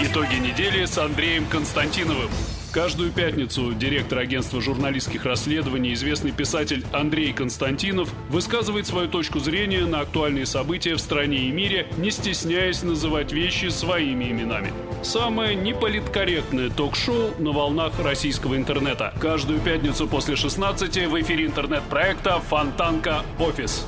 Итоги недели с Андреем Константиновым. Каждую пятницу директор агентства журналистских расследований, известный писатель Андрей Константинов, высказывает свою точку зрения на актуальные события в стране и мире, не стесняясь называть вещи своими именами. Самое неполиткорректное ток-шоу на волнах российского интернета. Каждую пятницу после 16 в эфире интернет-проекта «Фонтанка Офис».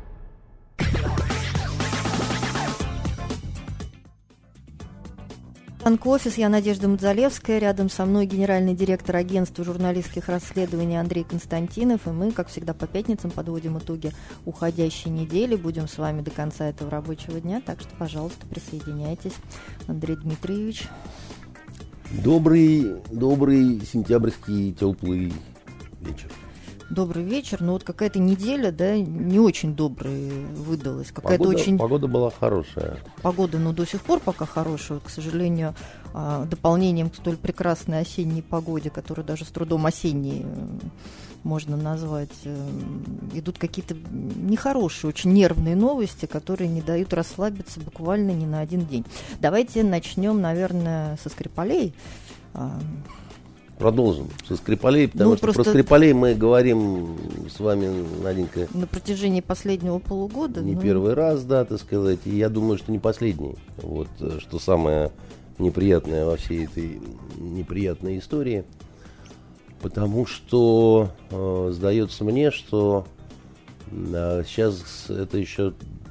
Офис, я Надежда Мадзалевская, рядом со мной генеральный директор агентства журналистских расследований Андрей Константинов, и мы, как всегда, по пятницам подводим итоги уходящей недели, будем с вами до конца этого рабочего дня, так что, пожалуйста, присоединяйтесь. Андрей Дмитриевич. Добрый сентябрьский теплый вечер. Добрый вечер. Ну вот какая-то неделя, да, не очень добрая выдалась. Погода была хорошая. Погода, до сих пор пока хорошая. Вот, к сожалению, дополнением к столь прекрасной осенней погоде, которую даже с трудом осенней можно назвать, идут какие-то нехорошие, очень нервные новости, которые не дают расслабиться буквально ни на один день. Давайте начнем, наверное, со Скрипалей. Продолжим со Скрипалей, потому что про Скрипалей мы говорим с вами, Наденька, на протяжении последнего полугода. Не первый раз, да, так сказать, и я думаю, что не последний. Вот, что самое неприятное во всей этой неприятной истории, потому что сдается мне, что сейчас это еще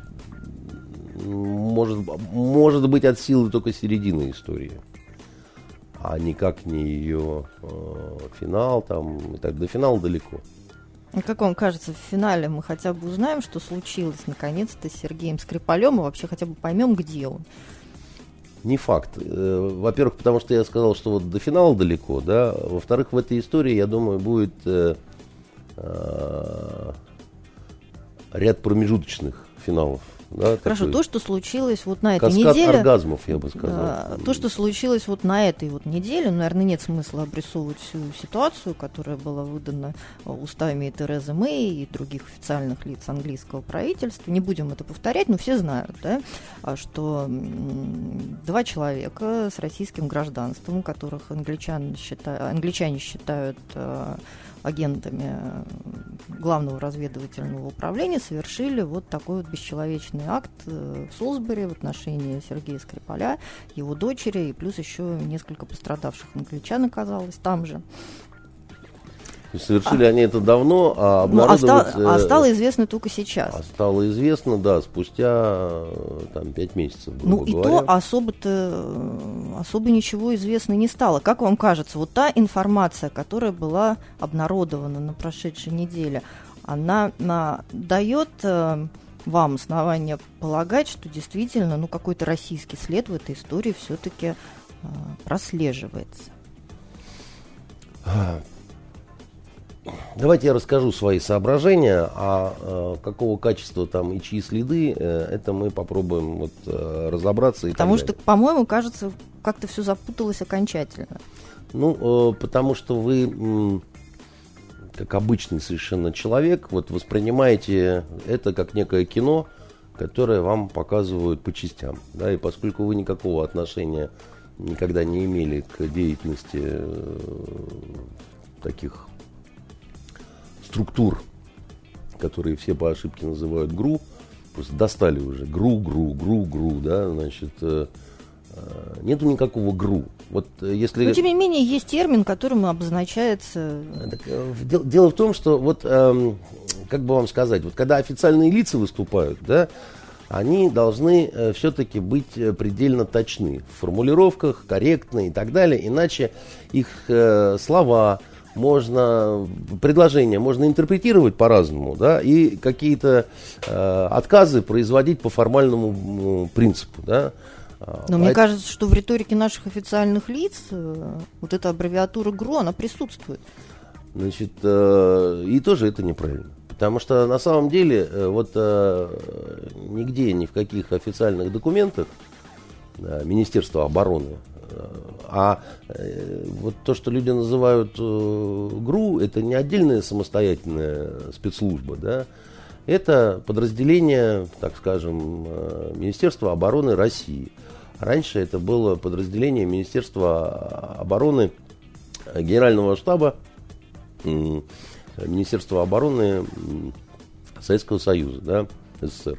может быть от силы только середины истории, а никак не ее финал, там, и так до финала далеко. Как вам кажется, в финале мы хотя бы узнаем, что случилось наконец-то с Сергеем Скрипалем, и вообще хотя бы поймем, где он? Не факт. Во-первых, потому что я сказал, что вот до финала далеко, да. Во-вторых, в этой истории, я думаю, будет ряд промежуточных финалов. Да, хорошо, то, что случилось вот на этой каскад неделе... оргазмов, я бы сказал. То, что случилось вот на этой вот неделе, наверное, нет смысла обрисовывать всю ситуацию, которая была выдана устами и Терезы Мэй, и других официальных лиц английского правительства. Не будем это повторять, но все знают, да, что два человека с российским гражданством, которых англичане считают агентами Главного разведывательного управления, совершили вот такой вот бесчеловечный акт в Солсбери в отношении Сергея Скрипаля, его дочери, и плюс еще несколько пострадавших англичан оказалось там же. Совершили они это давно, а обнародовать... стало известно только сейчас. Стало известно, да, спустя 5 месяцев, грубо говоря. То особо ничего известно не стало. Как вам кажется, вот та информация, которая была обнародована на прошедшей неделе, она дает вам основания полагать, что действительно какой-то российский след в этой истории все-таки прослеживается? Давайте я расскажу свои соображения, а какого качества там и чьи следы, это мы попробуем разобраться. Потому что, по-моему, кажется, как-то все запуталось окончательно. Потому что вы, как обычный совершенно человек, воспринимаете это как некое кино, которое вам показывают по частям. Да, и поскольку вы никакого отношения никогда не имели к деятельности таких структур, которые все по ошибке называют ГРУ, просто достали уже ГРУ, да, значит, нету никакого ГРУ. Если... Но, тем не менее, есть термин, которым обозначается... Дело в том, что, как бы вам сказать, когда официальные лица выступают, да, они должны все-таки быть предельно точны в формулировках, корректны и так далее, иначе их слова... предложения можно интерпретировать по-разному, да, и какие-то отказы производить по формальному принципу, да. Но мне кажется, что в риторике наших официальных лиц вот эта аббревиатура ГРУ, она присутствует. Значит, и тоже это неправильно. Потому что на самом деле нигде, ни в каких официальных документах Министерства обороны, то, что люди называют ГРУ, это не отдельная самостоятельная спецслужба, да, это подразделение, так скажем, Министерства обороны России. Раньше это было подразделение Министерства обороны, Генерального штаба Министерства обороны Советского Союза, да, СССР.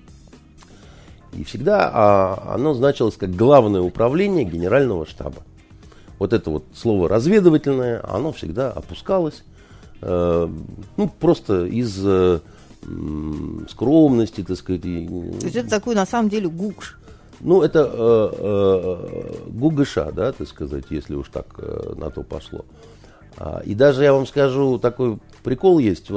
И всегда оно значилось как главное управление Генерального штаба. Вот это вот слово разведывательное, оно всегда опускалось, просто из скромности, так сказать. То есть это такой, на самом деле, ГУГШ. Это ГУГШ, да, так сказать, если уж так на то пошло. И даже я вам скажу, такой прикол есть.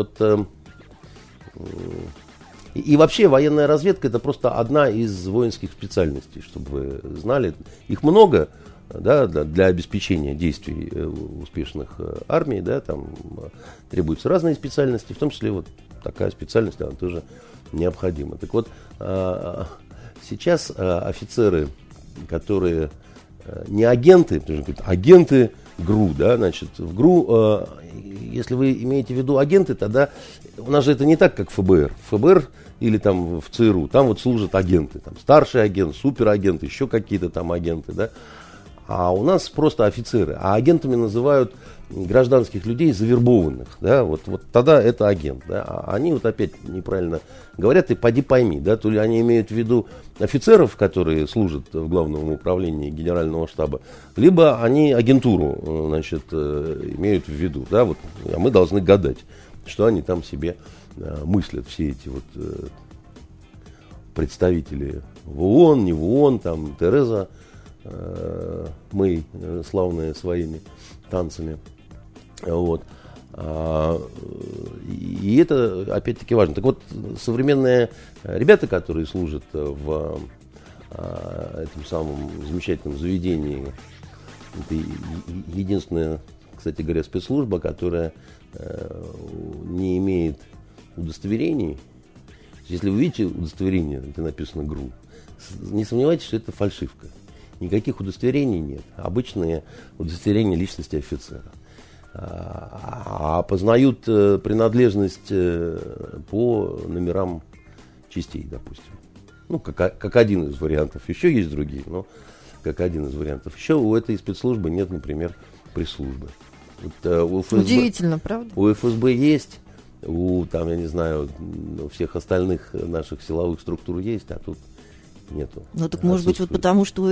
И вообще военная разведка — это просто одна из воинских специальностей, чтобы вы знали. Их много, да, для обеспечения действий успешных армий, да, там требуются разные специальности, в том числе вот такая специальность, она тоже необходима. Так вот, сейчас офицеры, которые не агенты, потому что агенты ГРУ, да, значит, в ГРУ, если вы имеете в виду агенты, тогда у нас же это не так, как ФБР. ФБР или там в ЦРУ, там вот служат агенты, там старший агент, суперагент, еще какие-то там агенты, да. А у нас просто офицеры. А агентами называют гражданских людей завербованных, да, вот тогда это агент, да. А они вот опять неправильно говорят, и поди пойми, да, то ли они имеют в виду офицеров, которые служат в главном управлении Генерального штаба, либо они агентуру, значит, имеют в виду, да, вот, а мы должны гадать, что они там себе мыслят, все эти вот представители в ООН, не в ООН, там Тереза Мэй, славная своими танцами. Вот. И это опять-таки важно. Так вот, современные ребята, которые служат в этом самом замечательном заведении, это единственная, кстати говоря, спецслужба, которая не имеет удостоверений. Если вы видите удостоверение, где написано ГРУ, не сомневайтесь, что это фальшивка. Никаких удостоверений нет. Обычные удостоверения личности офицера. А познают принадлежность по номерам частей, допустим. Ну, как один из вариантов. Еще есть другие, но как один из вариантов. Еще у этой спецслужбы нет, например, пресс-службы. Вот, у ФСБ, удивительно, правда? У ФСБ есть, у всех остальных наших силовых структур есть, а тут нету. Ну, так может быть, вот потому что у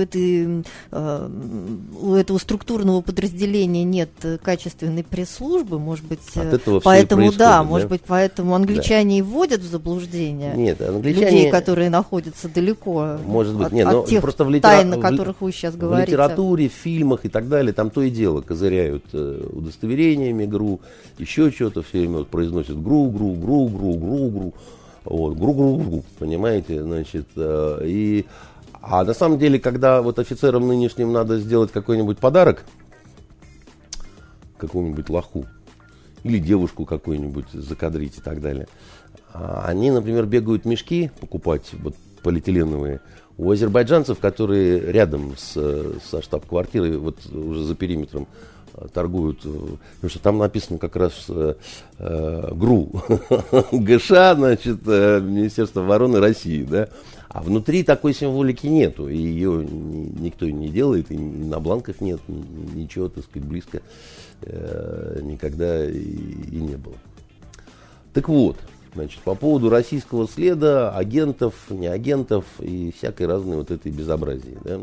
этого структурного подразделения нет качественной пресс-службы, может быть, поэтому, да, может быть, поэтому англичане и вводят в заблуждение людей, которые находятся далеко может быть, от тех просто тайн, о которых вы сейчас говорите. В литературе, в фильмах и так далее, там то и дело козыряют удостоверениями ГРУ, еще что-то, все время вот произносят ГРУ. Вот, гру-гру-гру, понимаете, значит, а на самом деле, когда вот офицерам нынешним надо сделать какой-нибудь подарок, какому-нибудь лоху, или девушку какую-нибудь закадрить и так далее, они, например, бегают мешки покупать, вот полиэтиленовые, у азербайджанцев, которые рядом со штаб-квартирой, вот уже за периметром, торгуют, потому что там написано как раз ГРУ, ГШ, значит, Министерство обороны России, да, а внутри такой символики нету, и ее никто не делает, и на бланках нет, ничего, так сказать, близко никогда и не было. Так вот, значит, по поводу российского следа, агентов, не агентов и всякой разной вот этой безобразии, да.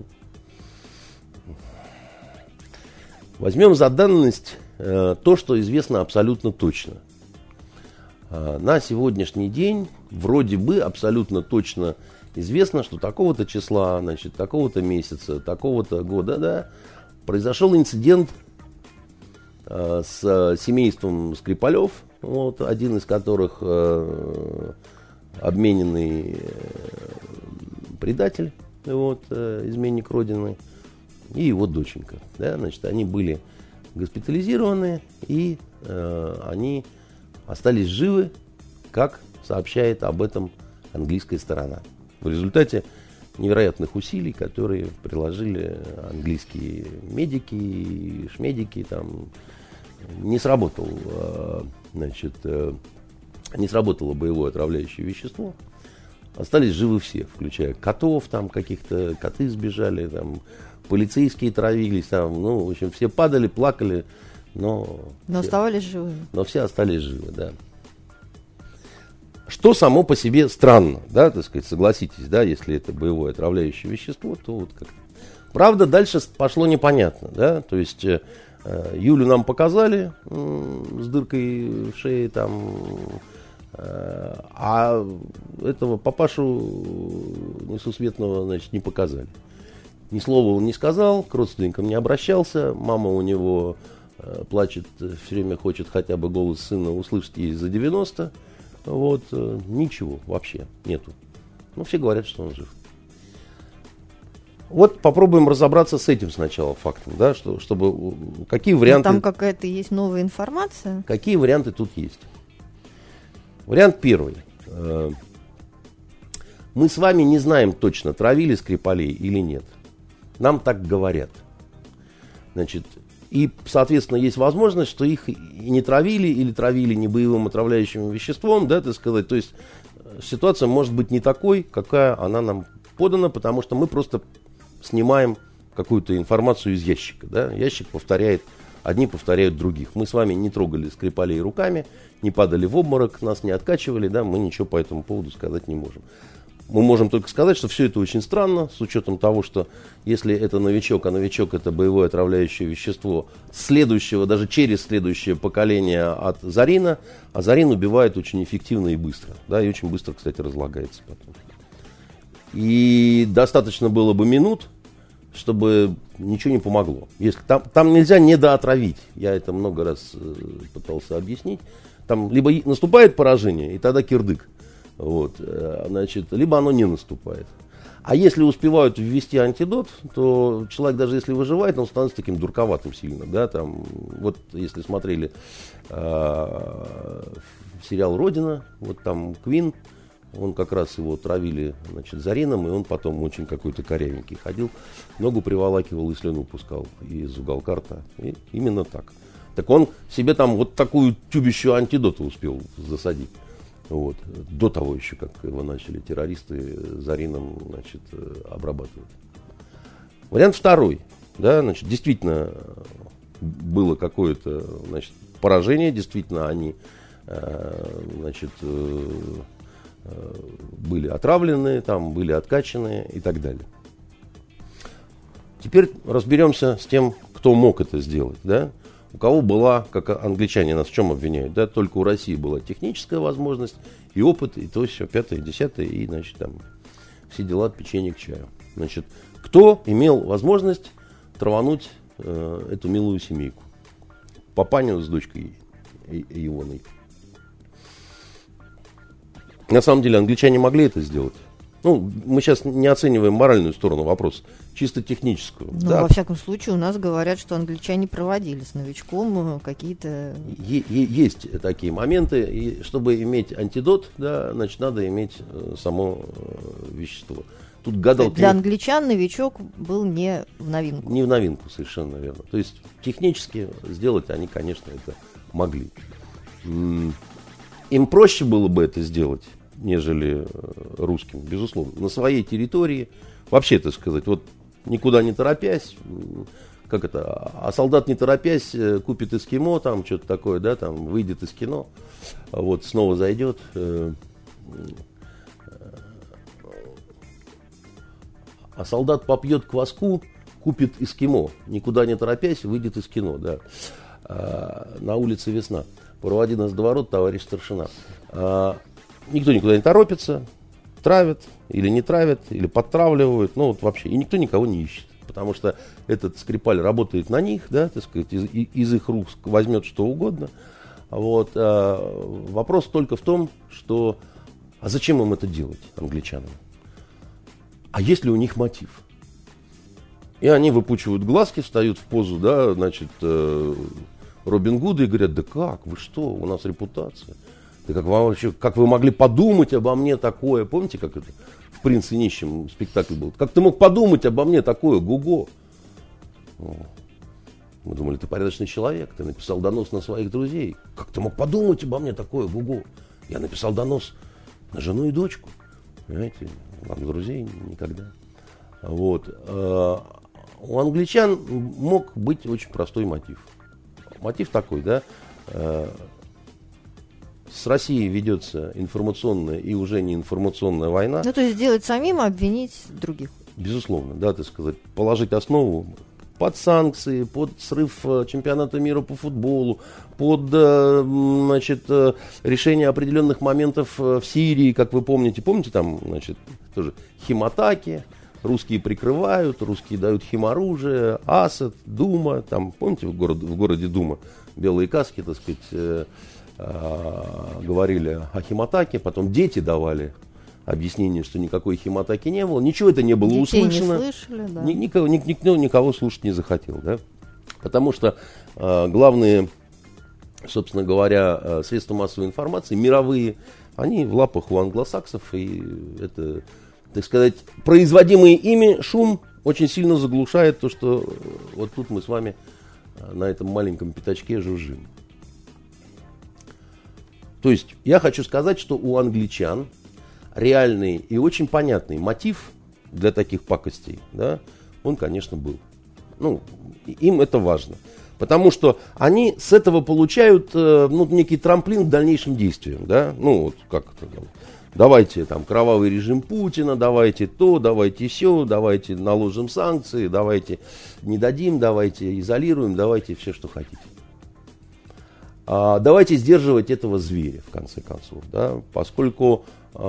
Возьмем за данность то, что известно абсолютно точно. На сегодняшний день вроде бы абсолютно точно известно, что такого-то числа, значит, такого-то месяца, такого-то года, да, произошел инцидент с семейством Скрипалев, вот, один из которых обмененный предатель, вот, изменник Родины, и его доченька. Да, значит, они были госпитализированы, и они остались живы, как сообщает об этом английская сторона. В результате невероятных усилий, которые приложили английские медики и шмедики, там не сработало боевое отравляющее вещество. остались живы все, включая котов, там каких-то, коты сбежали, там, полицейские травились, там, ну, в общем, все падали, плакали, но оставались живыми. Но все остались живы, да. Что само по себе странно, да, так сказать, согласитесь, да, если это боевое отравляющее вещество, то вот как-то. Правда, дальше пошло непонятно, да, то есть Юлю нам показали с дыркой в шее, там, а этого папашу несусветного, значит, не показали. Ни слова он не сказал, к родственникам не обращался, мама у него плачет, все время хочет хотя бы голос сына услышать ей за 90, вот, ничего вообще нету. Но все говорят, что он жив. Вот попробуем разобраться с этим сначала фактом, да, чтобы какие варианты. Но там какая-то есть новая информация. Какие варианты тут есть? Вариант первый. Мы с вами не знаем точно, травили Скрипалей или нет. Нам так говорят. Значит, и, соответственно, есть возможность, что их и не травили, или травили не боевым отравляющим веществом, да, так сказать. То есть ситуация может быть не такой, какая она нам подана, потому что мы просто снимаем какую-то информацию из ящика. Да? Ящик повторяет, одни повторяют других. Мы с вами не трогали Скрипалей руками, не падали в обморок, нас не откачивали, да, мы ничего по этому поводу сказать не можем. Мы можем только сказать, что все это очень странно, с учетом того, что если это новичок, а новичок это боевое отравляющее вещество следующего, даже через следующее поколение от Зарина, а Зарин убивает очень эффективно и быстро, да, и очень быстро, кстати, разлагается потом. И достаточно было бы минут, чтобы ничего не помогло. Если там нельзя недоотравить, я это много раз пытался объяснить, там либо наступает поражение, и тогда кирдык. Вот, значит, либо оно не наступает. А если успевают ввести антидот, то человек, даже если выживает, он становится таким дурковатым сильно. Да, там, вот если смотрели сериал «Родина», вот там Квин, он как раз его травили, значит, Зарином, и он потом очень какой-то корявенький ходил, ногу приволакивал и слюну пускал из уголка рта. И именно так. Так он себе там вот такую тюбищу антидота успел засадить. Вот, до того еще, как его начали террористы Зарином, значит, обрабатывать. Вариант второй. Да, значит, действительно было какое-то, значит, поражение, действительно они, значит, были отравлены, там, были откачаны и так далее. Теперь разберемся с тем, кто мог это сделать. Да? У кого была, как англичане нас в чем обвиняют, да, только у России была техническая возможность и опыт, и то все, 5-е, 10-е, и, значит, там, все дела от печенья к чаю. Значит, кто имел возможность травануть эту милую семейку? Папаню с дочкой Ионой. На самом деле англичане могли это сделать. Ну, мы сейчас не оцениваем моральную сторону вопроса, чисто техническую. Ну, да. Во всяком случае, у нас говорят, что англичане проводили с новичком какие-то... Есть такие моменты, и чтобы иметь антидот, да, значит, надо иметь само вещество. Тут гадалки... Для англичан новичок был не в новинку. Не в новинку, совершенно верно. То есть технически сделать они, конечно, это могли. Им проще было бы это сделать, нежели русским, безусловно. На своей территории, вообще, так сказать, вот никуда не торопясь, как это, а солдат не торопясь купит эскимо, там что-то такое, да, там выйдет из кино, вот снова зайдет. А солдат попьет кваску, купит эскимо, никуда не торопясь, выйдет из кино, да. На улице весна. Проводи нас до ворот, товарищ старшина. Никто никуда не торопится, травят или не травят, или подтравливают, ну вот вообще, и никто никого не ищет, потому что этот Скрипаль работает на них, да, так сказать, из их рук возьмет что угодно. Вот, вопрос только в том, что, а зачем им это делать, англичанам? А есть ли у них мотив? И они выпучивают глазки, встают в позу, да, значит, Робин Гуда и говорят, да как, вы что, у нас репутация. Да как, вам вообще, как вы могли подумать обо мне такое? Помните, как это в «Принце и нищем» спектакль был? Как ты мог подумать обо мне такое, Гуго? Мы думали, ты порядочный человек, ты написал донос на своих друзей. Как ты мог подумать обо мне такое, Гуго? Я написал донос на жену и дочку. Понимаете? Ладно, друзей никогда. Вот. У англичан мог быть очень простой мотив. Мотив такой, да, с Россией ведется информационная и уже не информационная война. Ну, то есть сделать самим, а обвинить других. Безусловно, да, так сказать, положить основу под санкции, под срыв чемпионата мира по футболу, под, значит, решение определенных моментов в Сирии, как вы помните. Помните, там, значит, тоже химатаки, русские прикрывают, русские дают химоружие, Асад, Дума, там, помните, в городе Дума белые каски, так сказать, говорили о химатаке, потом дети давали объяснение, что никакой химатаки не было, ничего это не было Детей услышано. не слышали, да. Никого слушать не захотел, да? Потому что главные, собственно говоря, средства массовой информации, мировые, они в лапах у англосаксов, и это, так сказать, производимый ими шум очень сильно заглушает то, что вот тут мы с вами на этом маленьком пятачке жужжим. То есть я хочу сказать, что у англичан реальный и очень понятный мотив для таких пакостей, да, он, конечно, был. Ну, им это важно. Потому что они с этого получают некий трамплин к дальнейшим действиям. Да? Ну, вот как это там. Давайте там кровавый режим Путина, давайте то, давайте сё, давайте наложим санкции, давайте не дадим, давайте изолируем, давайте все, что хотите. Давайте сдерживать этого зверя, в конце концов, да? Поскольку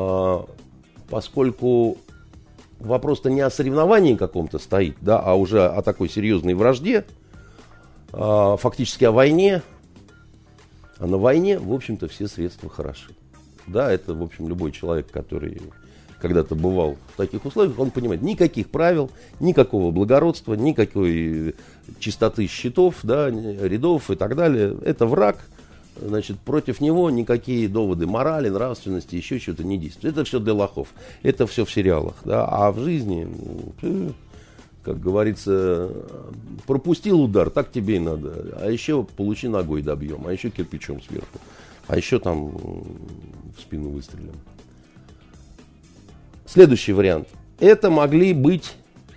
вопрос-то не о соревновании каком-то стоит, да, а уже о такой серьезной вражде, фактически о войне. А на войне, в общем-то, все средства хороши. Да, это, в общем, любой человек, который когда-то бывал в таких условиях, он понимает, никаких правил, никакого благородства, никакой чистоты счетов, да, рядов и так далее. Это враг, значит, против него никакие доводы морали, нравственности, еще чего-то не действуют. Это все для лохов, это все в сериалах, да, а в жизни, как говорится, пропустил удар, так тебе и надо, а еще получи ногой добьем, а еще кирпичом сверху, а еще там в спину выстрелим. Следующий вариант. Это могли быть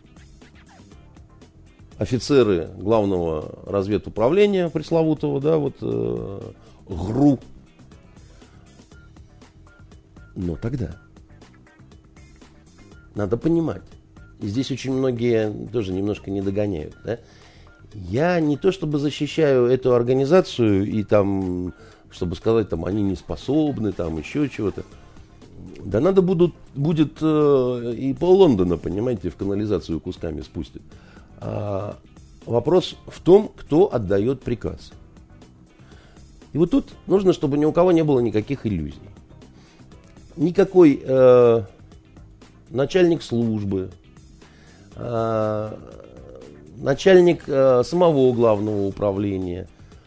офицеры главного разведуправления пресловутого, да, вот ГРУ. Но тогда надо понимать, и здесь очень многие тоже немножко не догоняют, да? Я не то чтобы защищаю эту организацию и там, чтобы сказать, там они не способны, там еще чего-то. Да надо будет и пол-Лондона, понимаете, в канализацию кусками спустят. Вопрос в том, кто отдает приказ. И вот тут нужно, чтобы ни у кого не было никаких иллюзий. Никакой начальник службы, начальник самого главного управления,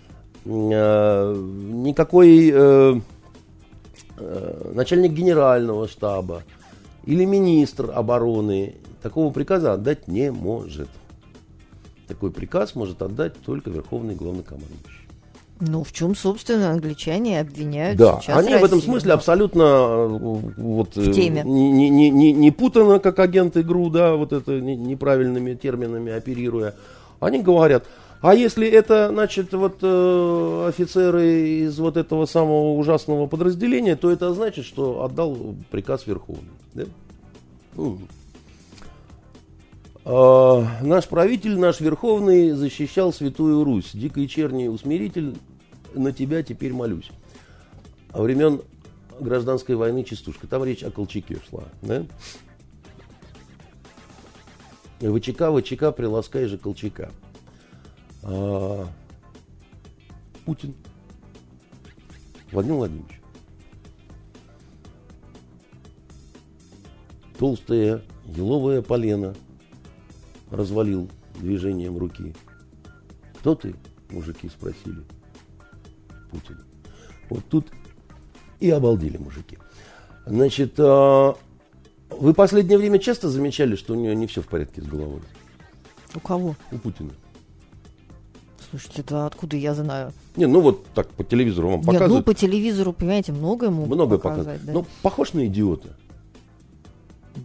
никакой начальник генерального штаба или министр обороны такого приказа отдать не может. Такой приказ может отдать только верховный главнокомандующий. Ну, в чем, собственно, англичане обвиняют да, сейчас они Россию. в этом смысле абсолютно вот, в теме. Не путано, как агенты ГРУ, да, вот это неправильными терминами оперируя. Они говорят, а если это, значит, вот офицеры из вот этого самого ужасного подразделения, то это значит, что отдал приказ Верховный. Да? Наш правитель, наш Верховный защищал Святую Русь. Дикой черни усмиритель, на тебя теперь молюсь. А времен гражданской войны частушка. Там речь о Колчаке шла. Да? ВЧК, приласкай же Колчака. Путин Владимир Владимирович. Толстое еловое полено развалил движением руки. Кто ты? Мужики спросили. Путин. Вот тут и обалдели мужики. Значит, вы последнее время часто замечали, что у него не все в порядке с головой? У кого? У Путина. Слушайте, это откуда я знаю? Не, ну вот так по телевизору вам показывают. Ну по телевизору, понимаете, многое могут Многое показать. Да? Ну, похож на идиота.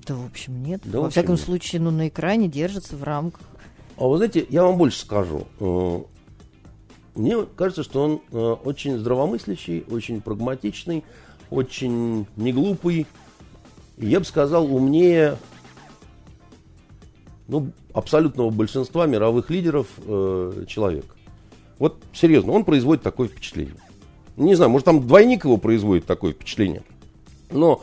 Да, в общем, нет. Да, Во всяком случае, на экране держится в рамках. А вы знаете, я вам больше скажу. Мне кажется, что он очень здравомыслящий, очень прагматичный, очень неглупый. И я бы сказал, умнее абсолютного большинства мировых лидеров человек. Вот серьезно, он производит такое впечатление. Не знаю, может там двойник его производит такое впечатление. Но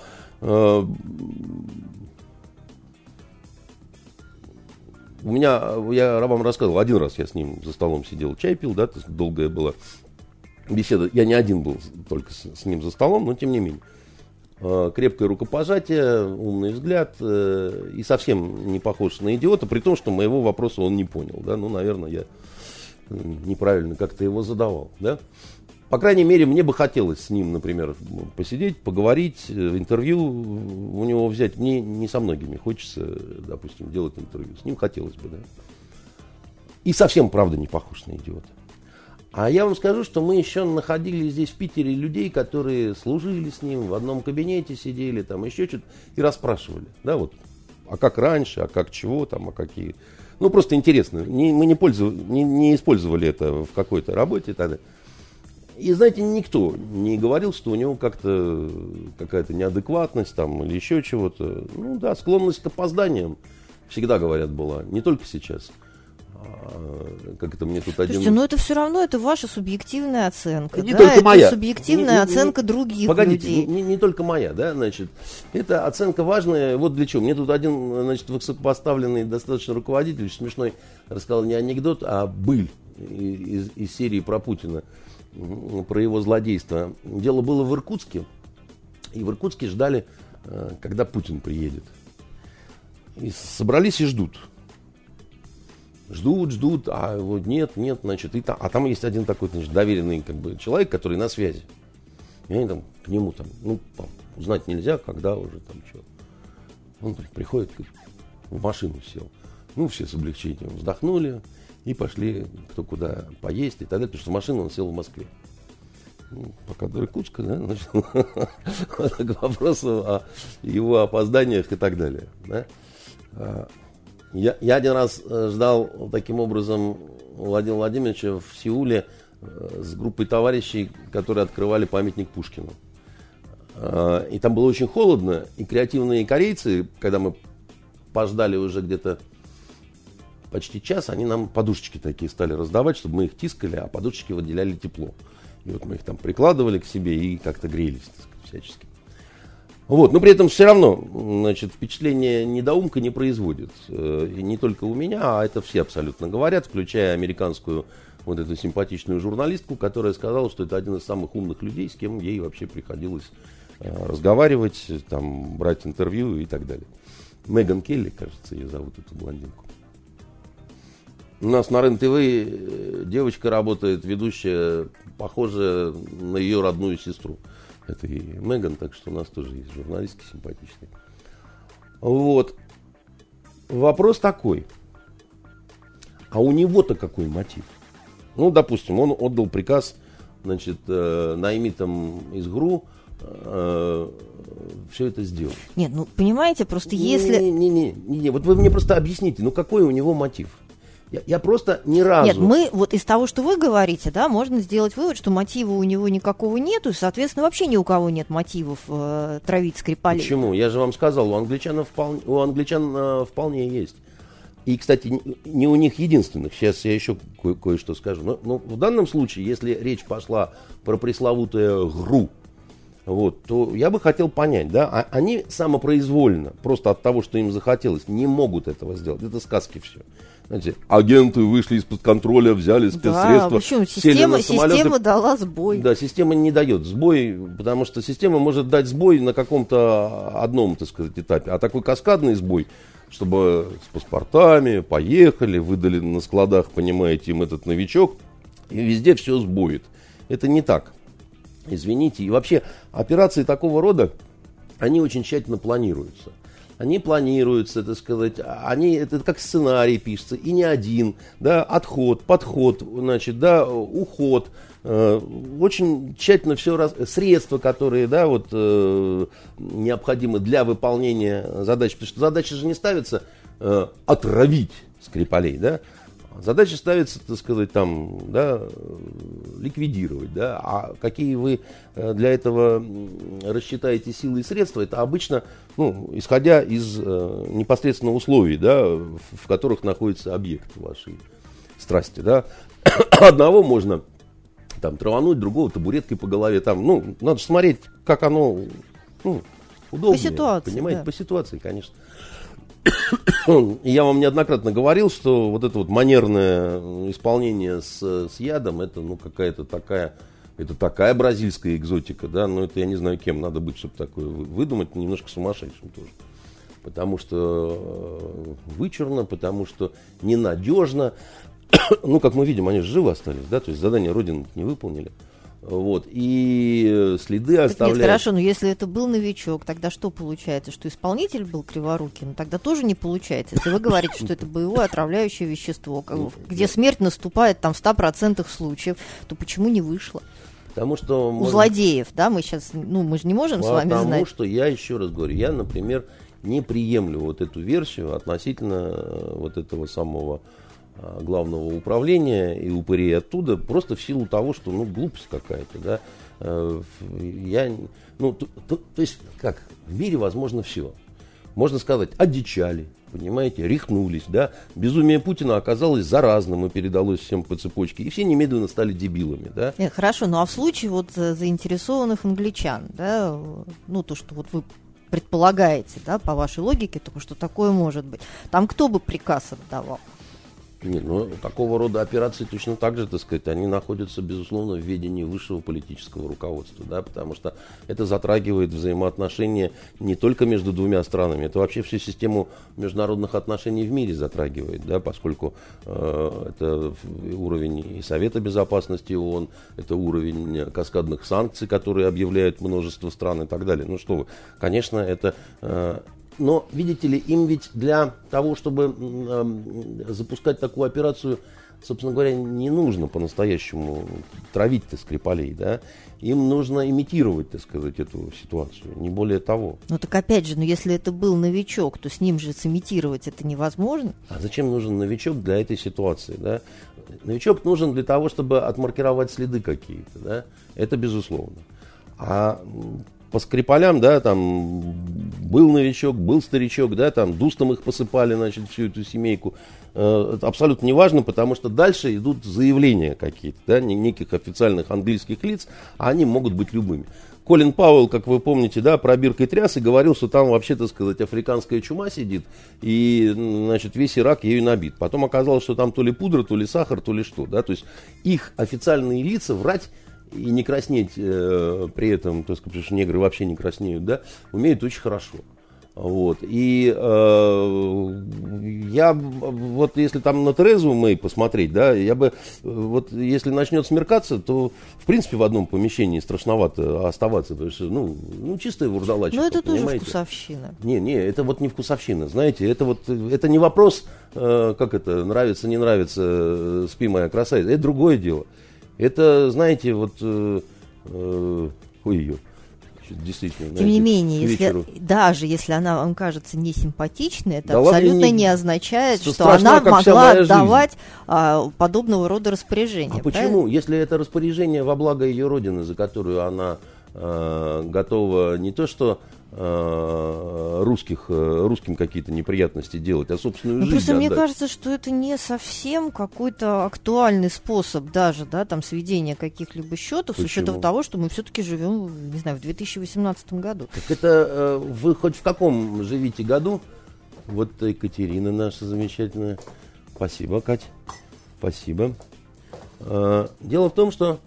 у меня, я вам рассказывал, один раз я с ним за столом сидел, чай пил, да, долгая была беседа. Я не один был только с ним за столом, но тем не менее. Крепкое рукопожатие, умный взгляд и совсем не похож на идиота, при том, что моего вопроса он не понял, да, наверное, я неправильно как-то его задавал, да. По крайней мере, мне бы хотелось с ним, например, посидеть, поговорить, интервью у него взять. Мне не со многими хочется, допустим, делать интервью. С ним хотелось бы, да. И совсем, правда, не похож на идиота. А я вам скажу, что мы еще находили здесь в Питере людей, которые служили с ним, в одном кабинете сидели, там еще что-то, и расспрашивали, да, вот, а как раньше, а как чего там, а какие... Просто интересно. Мы не использовали это в какой-то работе тогда. И, знаете, никто не говорил, что у него как-то какая-то неадекватность там или еще чего-то. Склонность к опозданиям всегда, говорят, была. Не только сейчас. Как это мне тут один... Слушайте, но это все равно, это ваша субъективная оценка. Не только это моя. Субъективная оценка других погодите, людей. Не только моя, да, значит. Это оценка важная. Вот для чего. Мне тут один, значит, высокопоставленный достаточно руководитель, смешной, рассказал не анекдот, а быль из серии про Путина. Про его злодейство. Дело было в Иркутске. И в Иркутске ждали, когда Путин приедет. И собрались и ждут. Ждут, а вот нет, значит, а там есть один такой, значит, доверенный человек, который на связи. И они там к нему там, узнать нельзя, когда уже там что. Он приходит, в машину сел. Все с облегчением вздохнули. И пошли кто куда поесть и так далее, потому что в машину он сел в Москве. Пока до Иркутска, да, значит, к вопросу о его опозданиях и так далее. Да. Я один раз ждал таким образом Владимира Владимировича в Сеуле с группой товарищей, которые открывали памятник Пушкину. И там было очень холодно, и креативные корейцы, когда мы пождали уже где-то почти час, они нам подушечки такие стали раздавать, чтобы мы их тискали, а подушечки выделяли тепло. И вот мы их там прикладывали к себе и как-то грелись, так сказать, всячески. Но при этом все равно, значит, впечатление недоумка не производит. И не только у меня, а это все абсолютно говорят, включая американскую вот эту симпатичную журналистку, которая сказала, что это один из самых умных людей, с кем ей вообще приходилось разговаривать, там, брать интервью и так далее. Меган Келли, кажется, ее зовут, эту блондинку. У нас на РЕН-ТВ девочка работает, ведущая, похожая на ее родную сестру. Это и Меган, так что у нас тоже есть журналистки симпатичные. Вопрос такой. А у него-то какой мотив? Допустим, он отдал приказ, значит, наймитам из ГРУ все это сделать. Нет, понимаете, просто если... Не, вот вы мне просто объясните, какой у него мотив? Я просто ни разу... Нет, мы вот из того, что вы говорите, да, можно сделать вывод, что мотива у него никакого нету, и, соответственно, вообще ни у кого нет мотивов травить Скрипалей. Почему? Я же вам сказал, у англичан вполне есть. И, кстати, не у них единственных. Сейчас я еще кое-что скажу. Но в данном случае, если речь пошла про пресловутое ГРУ, то я бы хотел понять, да, они самопроизвольно, просто от того, что им захотелось, не могут этого сделать. Это сказки все. Знаете, агенты вышли из-под контроля, взяли спецсредства. Да, почему? Система дала сбой. Да, система не дает сбой, потому что система может дать сбой на каком-то одном, так сказать, этапе. А такой каскадный сбой, чтобы с паспортами поехали, выдали на складах, понимаете, им этот новичок, и везде все сбоит. Это не так. Извините. И вообще, операции такого рода, они очень тщательно планируются. они планируются, так сказать, это как сценарий пишется, и не один, да, отход, подход, значит, да, уход, очень тщательно все средства, которые, да, вот, необходимы для выполнения задач, потому что задача же не ставится отравить Скрипалей, да, задача ставится, так сказать, там, да, ликвидировать, да, а какие вы для этого рассчитаете силы и средства, это обычно, ну, исходя из непосредственно условий, да, в которых находится объект вашей страсти, да. Одного можно там травануть, другого табуреткой по голове, там, ну, надо смотреть, как оно, ну, удобнее, по ситуации, понимаете, да. По ситуации, конечно. Я вам неоднократно говорил, что вот это вот манерное исполнение с ядом, это, ну, какая-то такая бразильская экзотика, да, но это я не знаю, кем надо быть, чтобы такое выдумать, немножко сумасшедшим тоже. Потому что вычурно, потому что ненадежно. Ну, как мы видим, они же живы остались, да, то есть задание Родины не выполнили. Вот, и следы оставляют. Нет, хорошо, но если это был новичок, тогда что получается? Что исполнитель был криворукий? Ну, тогда тоже не получается. Если вы говорите, что это боевое отравляющее вещество, где смерть наступает там в 100% случаев, то почему не вышло? Потому что... У злодеев, да, мы сейчас, ну, мы же не можем с вами знать. Потому что, я еще раз говорю, я, например, не приемлю вот эту версию относительно вот этого самого главного управления и упырей оттуда, просто в силу того, что, ну, глупость какая-то, да. То есть, как, в мире возможно все. Можно сказать, одичали, понимаете, рехнулись, да. Безумие Путина оказалось заразным и передалось всем по цепочке, и все немедленно стали дебилами, да. Нет, хорошо, ну а в случае вот заинтересованных англичан, да, ну, то, что вот вы предполагаете, да, по вашей логике, то, что такое может быть, там кто бы приказ отдавал? Нет, ну, такого рода операции точно так же, так сказать, они находятся, безусловно, в ведении высшего политического руководства, да, потому что это затрагивает взаимоотношения не только между двумя странами, это вообще всю систему международных отношений в мире затрагивает, да, поскольку это уровень и Совета Безопасности ООН, это уровень каскадных санкций, которые объявляют множество стран и так далее. Ну что вы, конечно, это... Но, видите ли, им ведь для того, чтобы запускать такую операцию, собственно говоря, не нужно по-настоящему травить-то Скрипалей, да? Им нужно имитировать, так сказать, эту ситуацию, не более того. Ну так опять же, если это был новичок, то с ним же сымитировать это невозможно. А зачем нужен новичок для этой ситуации, да? Новичок нужен для того, чтобы отмаркировать следы какие-то, да? Это безусловно. А по Скрипалям, да, там был новичок, был старичок, да, там дустом их посыпали, значит, всю эту семейку. Это абсолютно неважно, потому что дальше идут заявления какие-то, да, неких официальных английских лиц, а они могут быть любыми. Колин Пауэлл, как вы помните, да, пробиркой тряс и говорил, что там вообще, так сказать, африканская чума сидит, и, значит, весь Ирак ею набит. Потом оказалось, что там то ли пудра, то ли сахар, то ли что, да, то есть их официальные лица врать и не краснеть при этом, так сказать, потому что негры вообще не краснеют, да, умеют очень хорошо. Вот. И я вот если там на Терезу Мэй посмотреть, да, я бы, вот если начнет смеркаться, то в принципе в одном помещении страшновато оставаться, потому что, ну чистая вурдалачка. Ну это понимаете? тоже вкусовщина. Не, это вот не вкусовщина, знаете, это не вопрос, как это, нравится, не нравится, спи моя красавица, это другое дело. Это, знаете, вот, ой-ё. Действительно, тем не менее, даже если она вам кажется несимпатичной, это да абсолютно не означает, что она могла отдавать подобного рода распоряжения. А почему? Если это распоряжение во благо ее родины, за которую она готова не то что русским какие-то неприятности делать, а собственную жизнь просто отдать. Мне кажется, что это не совсем какой-то актуальный способ даже, да, там, сведения каких-либо счетов, Почему? с учетом того, что мы все-таки живем, не знаю, в 2018 году. Так это вы хоть в каком живите году? Вот Екатерина наша замечательная. Спасибо, Кать. Спасибо. Дело в том, что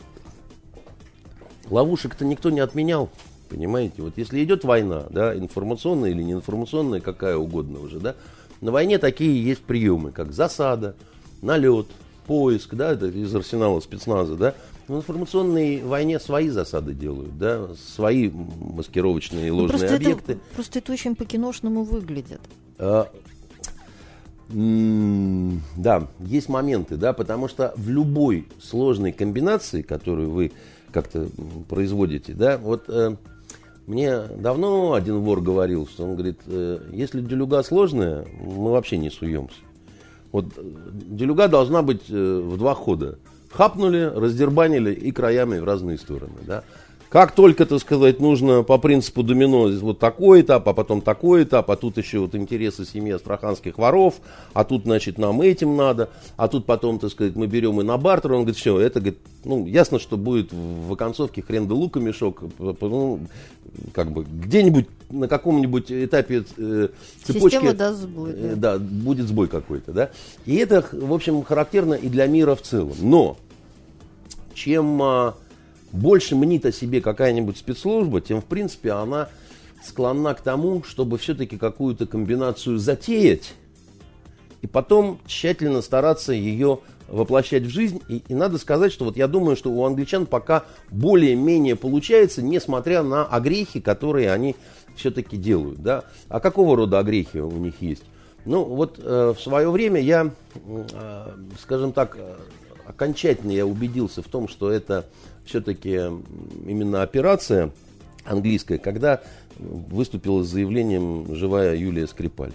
ловушек-то никто не отменял. Понимаете, вот если идет война, да, информационная или неинформационная, какая угодно уже, да, на войне такие есть приемы, как засада, налет, поиск, да, это из арсенала спецназа, да. В информационной войне свои засады делают, да, свои маскировочные ложные объекты. Просто это очень по-киношному выглядит. Да, есть моменты, да, потому что в любой сложной комбинации, которую вы как-то производите, да, вот мне давно один вор говорил, что он говорит, если делюга сложная, мы вообще не суемся. Вот делюга должна быть в 2 хода. Хапнули, раздербанили и краями в разные стороны, да. Как только, так сказать, нужно по принципу домино вот такой этап, а потом такой этап, а тут еще вот интересы семьи астраханских воров, а тут, значит, нам этим надо, а тут потом, так сказать, мы берем и на бартер, он говорит, все, это, говорит, ну, ясно, что будет в оконцовке хрен да лука мешок, ну, как бы, где-нибудь на каком-нибудь этапе цепочки... Система даст сбой. Да, будет сбой какой-то, да. И это, в общем, характерно и для мира в целом. Но, чем... больше мнит о себе какая-нибудь спецслужба, тем, в принципе, она склонна к тому, чтобы все-таки какую-то комбинацию затеять и потом тщательно стараться ее воплощать в жизнь. И надо сказать, что вот я думаю, что у англичан пока более-менее получается, несмотря на огрехи, которые они все-таки делают. Да? А какого рода огрехи у них есть? Ну, вот в свое время я, скажем так, окончательно я убедился в том, что это все-таки именно операция английская, когда выступила с заявлением живая Юлия Скрипаль.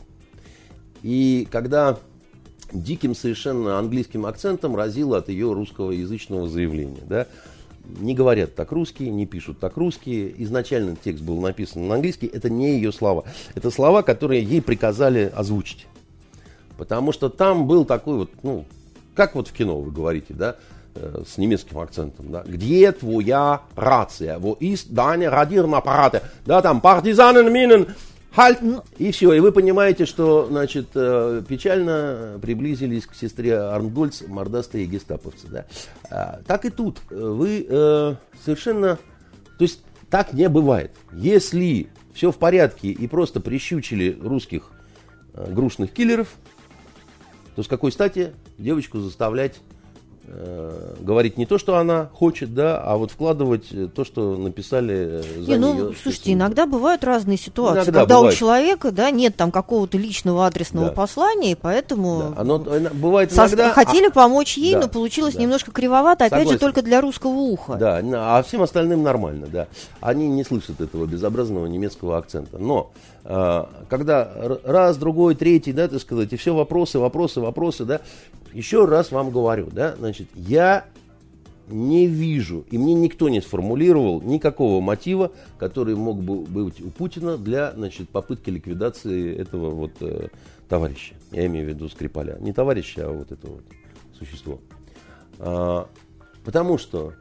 И когда диким совершенно английским акцентом разило от ее русскоязычного заявления. Да? Не говорят так русские, не пишут так русские. Изначально текст был написан на английский. Это не ее слова. Это слова, которые ей приказали озвучить. Потому что там был такой вот, ну, как вот в кино вы говорите, да, с немецким акцентом, да, где твоя рация, wo ist deine Radierapparate, да, там, партизанен, минен, halt, и все, и вы понимаете, что, значит, печально приблизились к сестре Арнгольц мордастые гестаповцы, да. Так и тут, вы совершенно, то есть, так не бывает. Если все в порядке и просто прищучили русских грушных киллеров, то с какой стати девочку заставлять говорить не то, что она хочет, да, а вот вкладывать то, что написали за нее. Слушайте, иногда бывают разные ситуации, иногда когда бывает. У человека, да, нет там какого-то личного адресного послания, и поэтому да. Оно бывает иногда, хотели помочь ей, но получилось немножко кривовато, опять же, только для русского уха. Да, а всем остальным нормально, да. Они не слышат этого безобразного немецкого акцента. Но когда раз, другой, третий, да, так сказать, и все вопросы, да, еще раз вам говорю, да, значит, я не вижу, и мне никто не сформулировал никакого мотива, который мог бы быть у Путина для, значит, попытки ликвидации этого вот товарища. Я имею в виду Скрипаля. Не товарища, а вот это вот существо. Потому что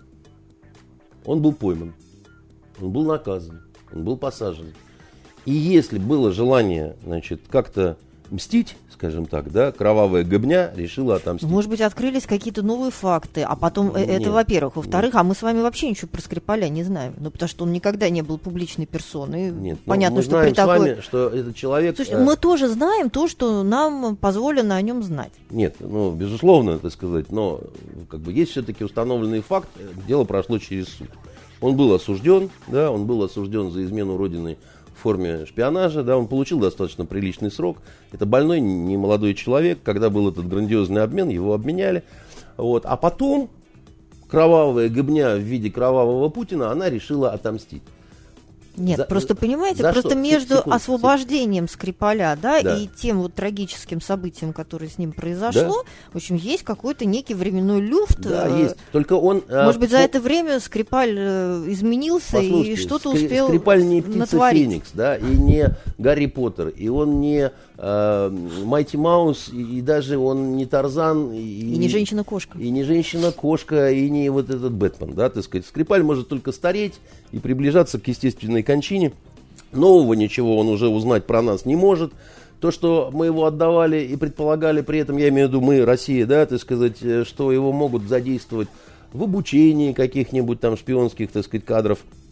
он был пойман, он был наказан, он был посажен. И если было желание, значит, как-то мстить, скажем так, да, кровавая гобня решила отомстить. Может быть, открылись какие-то новые факты, а потом это, во-первых. Во-вторых, а мы с вами вообще ничего про Скрипаля не знаем. Ну, потому что он никогда не был публичной персоной. Нет, понятно, мы что знаем при такой... с вами, что этот человек... Слушайте, мы тоже знаем то, что нам позволено о нем знать. Нет, ну, безусловно, так сказать, но как бы есть все-таки установленный факт, дело прошло через суд. Он был осужден, да, он был осужден за измену Родины в форме шпионажа, да, он получил достаточно приличный срок. Это больной, немолодой человек. Когда был этот грандиозный обмен, его обменяли. Вот. А потом кровавая гобня в виде кровавого Путина, она решила отомстить. Нет, просто понимаете, просто между освобождением Скрипаля, да, и тем вот трагическим событием, которое с ним произошло, в общем, есть какой-то некий временной люфт. Да, есть. Только он... Может быть, за это время Скрипаль изменился и что-то успел Скрипаль не птица натворить. Феникс, да, и не Гарри Поттер, и он не Майти Маус, и даже он не Тарзан. И не Женщина-кошка. И не Женщина-кошка, и не вот этот Бэтмен, да, так сказать. Скрипаль может только стареть и приближаться к естественной кончине. Нового ничего он уже узнать про нас не может. То, что мы его отдавали и предполагали при этом, я имею в виду мы, Россия, да, так сказать, что его могут задействовать в обучении каких-нибудь там шпионских, так сказать, кадров,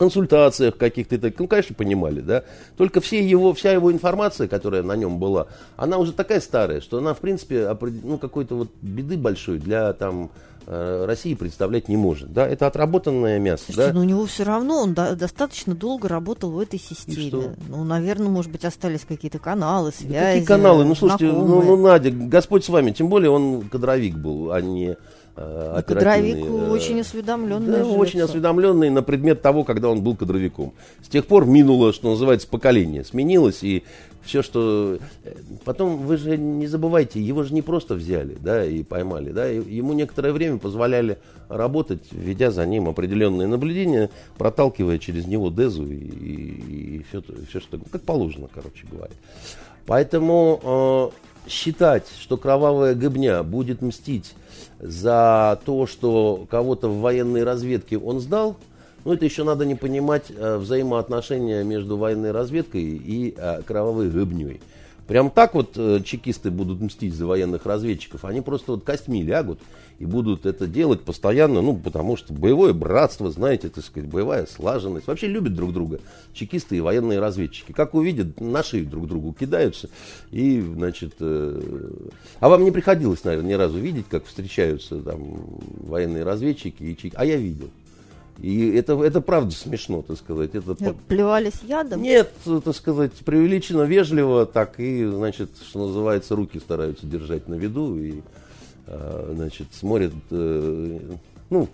консультациях каких-то, ну, конечно, понимали, да. Только вся его информация, которая на нем была, она уже такая старая, что она, в принципе, ну, какой-то вот беды большой для там России представлять не может, да. Это отработанное мясо. Слушайте, да? но у него все равно, он достаточно долго работал в этой системе. Ну, наверное, может быть, остались какие-то каналы, связи. Да какие каналы? Ну, слушайте, знакомые. Надя, Господь с вами, тем более он кадровик был, а не кадровик очень осведомленный. Да, очень осведомленный на предмет того, когда он был кадровиком. С тех пор минуло, что называется, поколение. Сменилось, и все, что... Потом, вы же не забывайте, его же не просто взяли, да, и поймали, да. Ему некоторое время позволяли работать, ведя за ним определенные наблюдения, проталкивая через него Дезу и все, что... Как положено, короче говоря. Поэтому считать, что кровавая гыбня будет мстить за то, что кого-то в военной разведке он сдал, ну, это еще надо не понимать взаимоотношения между военной разведкой и кровавой гыбней. Прям так вот чекисты будут мстить за военных разведчиков, они просто вот костьми лягут и будут это делать постоянно, ну, потому что боевое братство, знаете, так сказать, боевая слаженность. Вообще любят друг друга чекисты и военные разведчики. Как увидят, на шею друг другу кидаются. И, значит, а вам не приходилось, наверное, ни разу видеть, как встречаются там военные разведчики и чекисты? А я видел. И это правда смешно, так сказать. Плевались ядом? Нет, так сказать, преувеличенно вежливо, так и, значит, что называется, руки стараются держать на виду и, значит, смотрят, ну,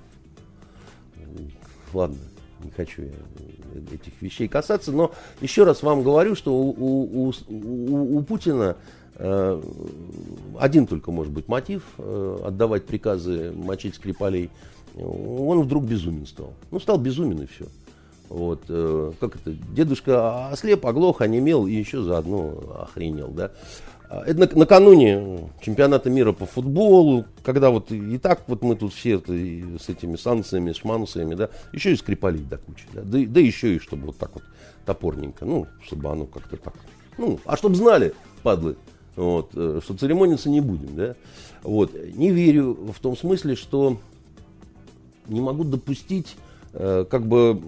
ладно, не хочу я этих вещей касаться, но еще раз вам говорю, что у Путина один только может быть мотив отдавать приказы мочить Скрипалей. Он вдруг безумен стал. Ну, стал безумен и все. Вот, как это, дедушка ослеп, оглох, онемел и еще заодно охренел, да. Это накануне чемпионата мира по футболу, когда вот и так вот мы тут все с этими санкциями, шманциями, да, еще и Скрипалей до кучи, да еще и чтобы вот так вот топорненько, ну, чтобы оно как-то так, ну, а чтобы знали, падлы, вот, что церемониться не будем, да. Вот, не верю в том смысле, что не могу допустить, как бы,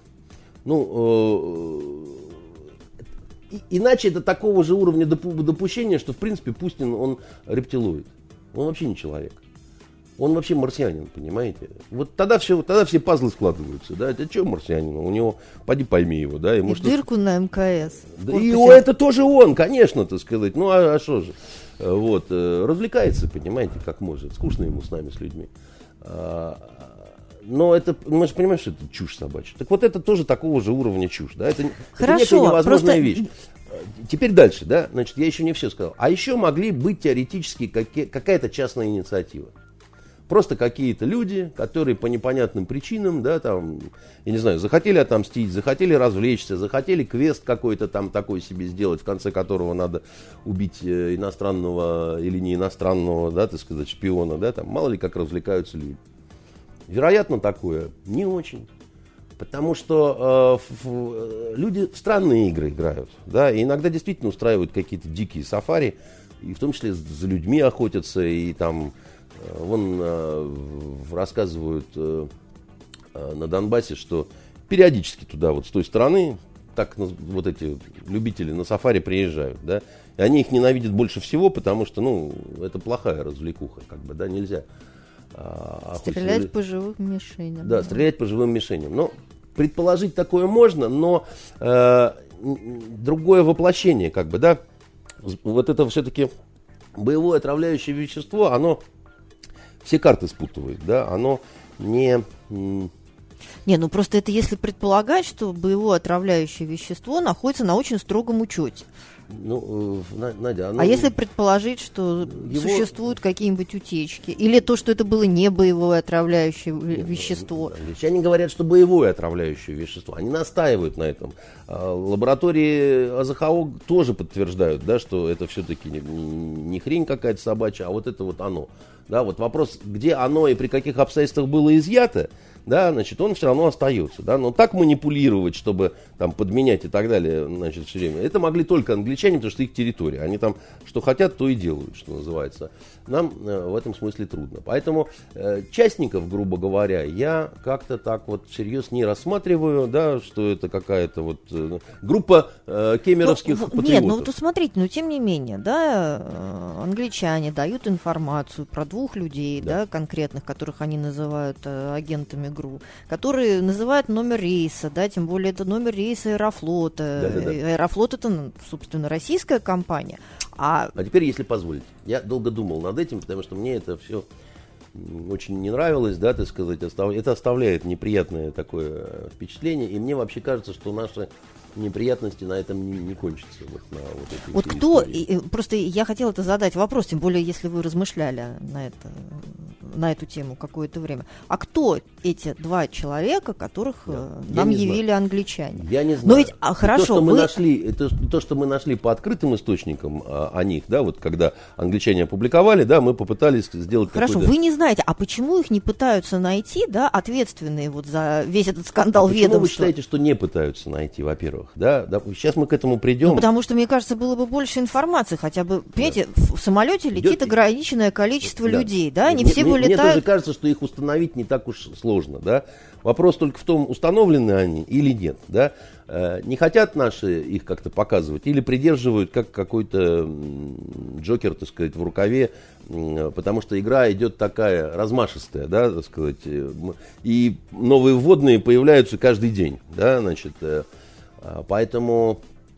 ну, иначе это такого же уровня допущения, что, в принципе, Путин, он рептилоид. Он вообще не человек. Он вообще марсианин, понимаете? Вот тогда все пазлы складываются, да? Это что марсианин? У него, поди пойми его, да? Ему и дырку на МКС. Да, и это тоже он, конечно, так сказать. Ну, а что же? Вот, развлекается, понимаете, как может. Скучно ему с нами, с людьми. Но это, мы же понимаем, что это чушь собачья. Так вот это тоже такого же уровня чушь. Да? Это некая невозможная вещь. Теперь дальше, да? Значит, я еще не все сказал. А еще могли быть теоретически какая-то частная инициатива. Просто какие-то люди, которые по непонятным причинам, да, там, я не знаю, захотели отомстить, захотели развлечься, захотели квест какой-то там такой себе сделать, в конце которого надо убить иностранного или не иностранного, да, так сказать, шпиона, да, там, мало ли как развлекаются люди. Вероятно, такое не очень. Потому что люди в странные игры играют. Да, и иногда действительно устраивают какие-то дикие сафари. И в том числе за людьми охотятся. И там, вон рассказывают на Донбассе, что периодически туда, вот с той стороны, так вот эти любители на сафари приезжают. Да, и они их ненавидят больше всего, потому что, ну, это плохая развлекуха. Как бы, да, нельзя... Стрелять по живым мишеням. Да, стрелять по живым мишеням. Ну, предположить такое можно, но другое воплощение, как бы, да. Вот это все-таки боевое отравляющее вещество, оно все карты спутывает, да, оно не... Не, ну просто это если предполагать, что боевое отравляющее вещество находится на очень строгом учете. Ну, Надя, а если предположить, что существуют какие-нибудь утечки, или то, что это было не боевое отравляющее вещество? Они говорят, что боевое отравляющее вещество. Они настаивают на этом. Лаборатории АЗХО тоже подтверждают, да, что это все-таки не хрень какая-то собачья, а вот это вот оно. Да, вот вопрос, где оно и при каких обстоятельствах было изъято, да, значит, он все равно остается, да, но так манипулировать, чтобы там подменять и так далее, значит, все время, это могли только англичане, потому что их территория, они там что хотят, то и делают, что называется. Нам в этом смысле трудно. Поэтому частников, грубо говоря, я как-то так вот всерьез не рассматриваю, да, что это какая-то вот группа кемеровских патриотов. Нет, ну вот смотрите, тем не менее, да, англичане дают информацию про двух людей, да, конкретных, которых они называют агентами ГРУ, которые называют номер рейса, да, тем более это номер рейса Аэрофлота. Аэрофлот это, собственно, российская компания. А теперь, если позволите, я долго думал над этим, потому что мне это все очень не нравилось, да, так сказать, это оставляет неприятное такое впечатление, и мне вообще кажется, что наши неприятности на этом не кончатся. Вот, на вот этой вот кто, просто я хотела это задать вопрос, тем более, если вы размышляли на эту тему какое-то время. А кто эти два человека, которых нам явили англичане? Я не знаю. Но ведь, хорошо, то, что мы нашли по открытым источникам о них, да, вот когда англичане опубликовали, да, мы попытались сделать Хорошо, вы не знаете, а почему их не пытаются найти, да, ответственные вот за весь этот скандал ведомства? Почему вы считаете, что не пытаются найти, во-первых? Да, сейчас мы к этому придем. Ну, потому что, мне кажется, было бы больше информации, хотя бы, понимаете, в самолете летит ограниченное количество людей, да, не все вылетают. Мне тоже кажется, что их установить не так уж сложно, да. Вопрос только в том, установлены они или нет, да. Не хотят наши их как-то показывать или придерживают как какой-то джокер, так сказать, в рукаве, потому что игра идет такая размашистая, да, так сказать, и новые вводные появляются каждый день, да, значит, поэтому,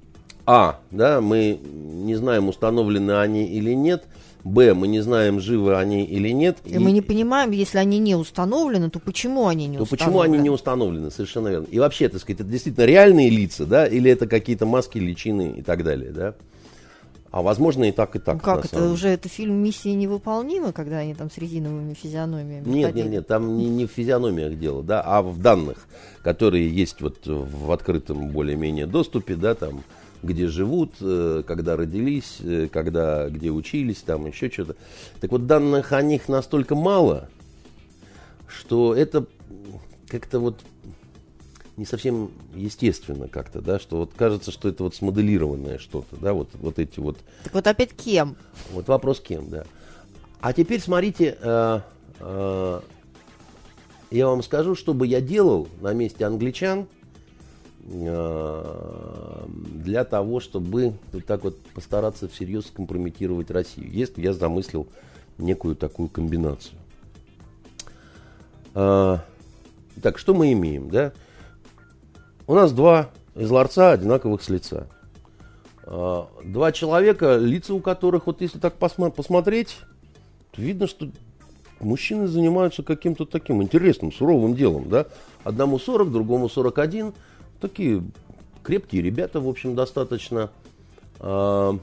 да, мы не знаем, установлены они или нет. Б, мы не знаем, живы они или нет. И мы не понимаем, если они не установлены, то почему они не установлены? Почему они не установлены, совершенно верно. И вообще, так сказать, это действительно реальные лица, да, или это какие-то маски, личины и так далее, да. А возможно и так, и так. Ну как, это уже это фильм «Миссия невыполнима», когда они там с резиновыми физиономиями ходили? Нет, там не в физиономиях дело, да, а в данных, которые есть вот в открытом более-менее доступе, да, там, где живут, когда родились, где учились, там еще что-то. Так вот, данных о них настолько мало, что это как-то вот не совсем естественно как-то, да, что вот кажется, что это вот смоделированное что-то, да, вот эти вот. Так вот опять кем? Вот вопрос кем, да. А теперь смотрите, я вам скажу, что бы я делал на месте англичан, для того, чтобы вот так вот постараться всерьез скомпрометировать Россию, если я замыслил некую такую комбинацию. Так, что мы имеем, да? У нас два из ларца одинаковых с лица. Два человека, лица у которых, вот если так посмотреть, то видно, что мужчины занимаются каким-то таким интересным, суровым делом, да? Одному 40, другому 41. Такие крепкие ребята, в общем, достаточно. В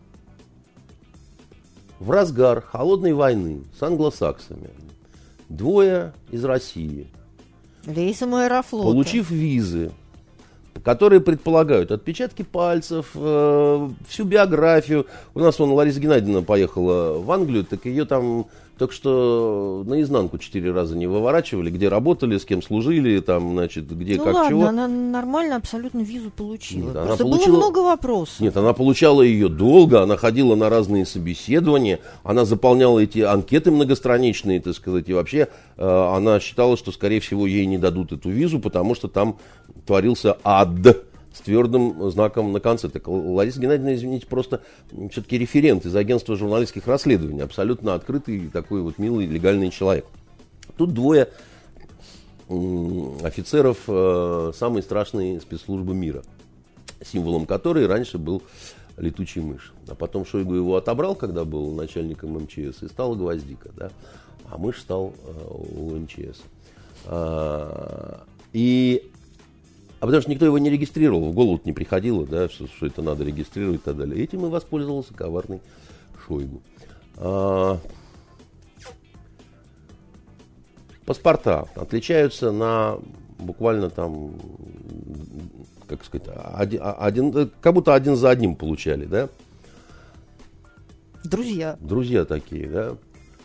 разгар холодной войны с англосаксами двое из России, рейсом Аэрофлота, получив визы, которые предполагают отпечатки пальцев, всю биографию. У нас вон Лариса Геннадьевна поехала в Англию, так ее там только что наизнанку 4 раза не выворачивали, где работали, с кем служили, там, значит, где, как, ладно, чего. Она нормально абсолютно визу получила. Нет, просто было много вопросов. Нет, она получала ее долго, она ходила на разные собеседования, она заполняла эти анкеты многостраничные, так сказать, и вообще она считала, что, скорее всего, ей не дадут эту визу, потому что там творился ад с твердым знаком на конце. Так Лариса Геннадьевна, извините, просто все-таки референт из агентства журналистских расследований, абсолютно открытый такой вот милый, легальный человек. Тут двое офицеров самой страшной спецслужбы мира, символом которой раньше был летучий мышь. А потом Шойгу его отобрал, когда был начальником МЧС, и стала Гвоздика, да? А мышь стал у МЧС. А потому что никто его не регистрировал, в голову не приходило, да, что это надо регистрировать и так далее. Этим и воспользовался коварный Шойгу. Паспорта отличаются на буквально там, как сказать, как будто один за одним получали, да? Друзья. Друзья такие, да?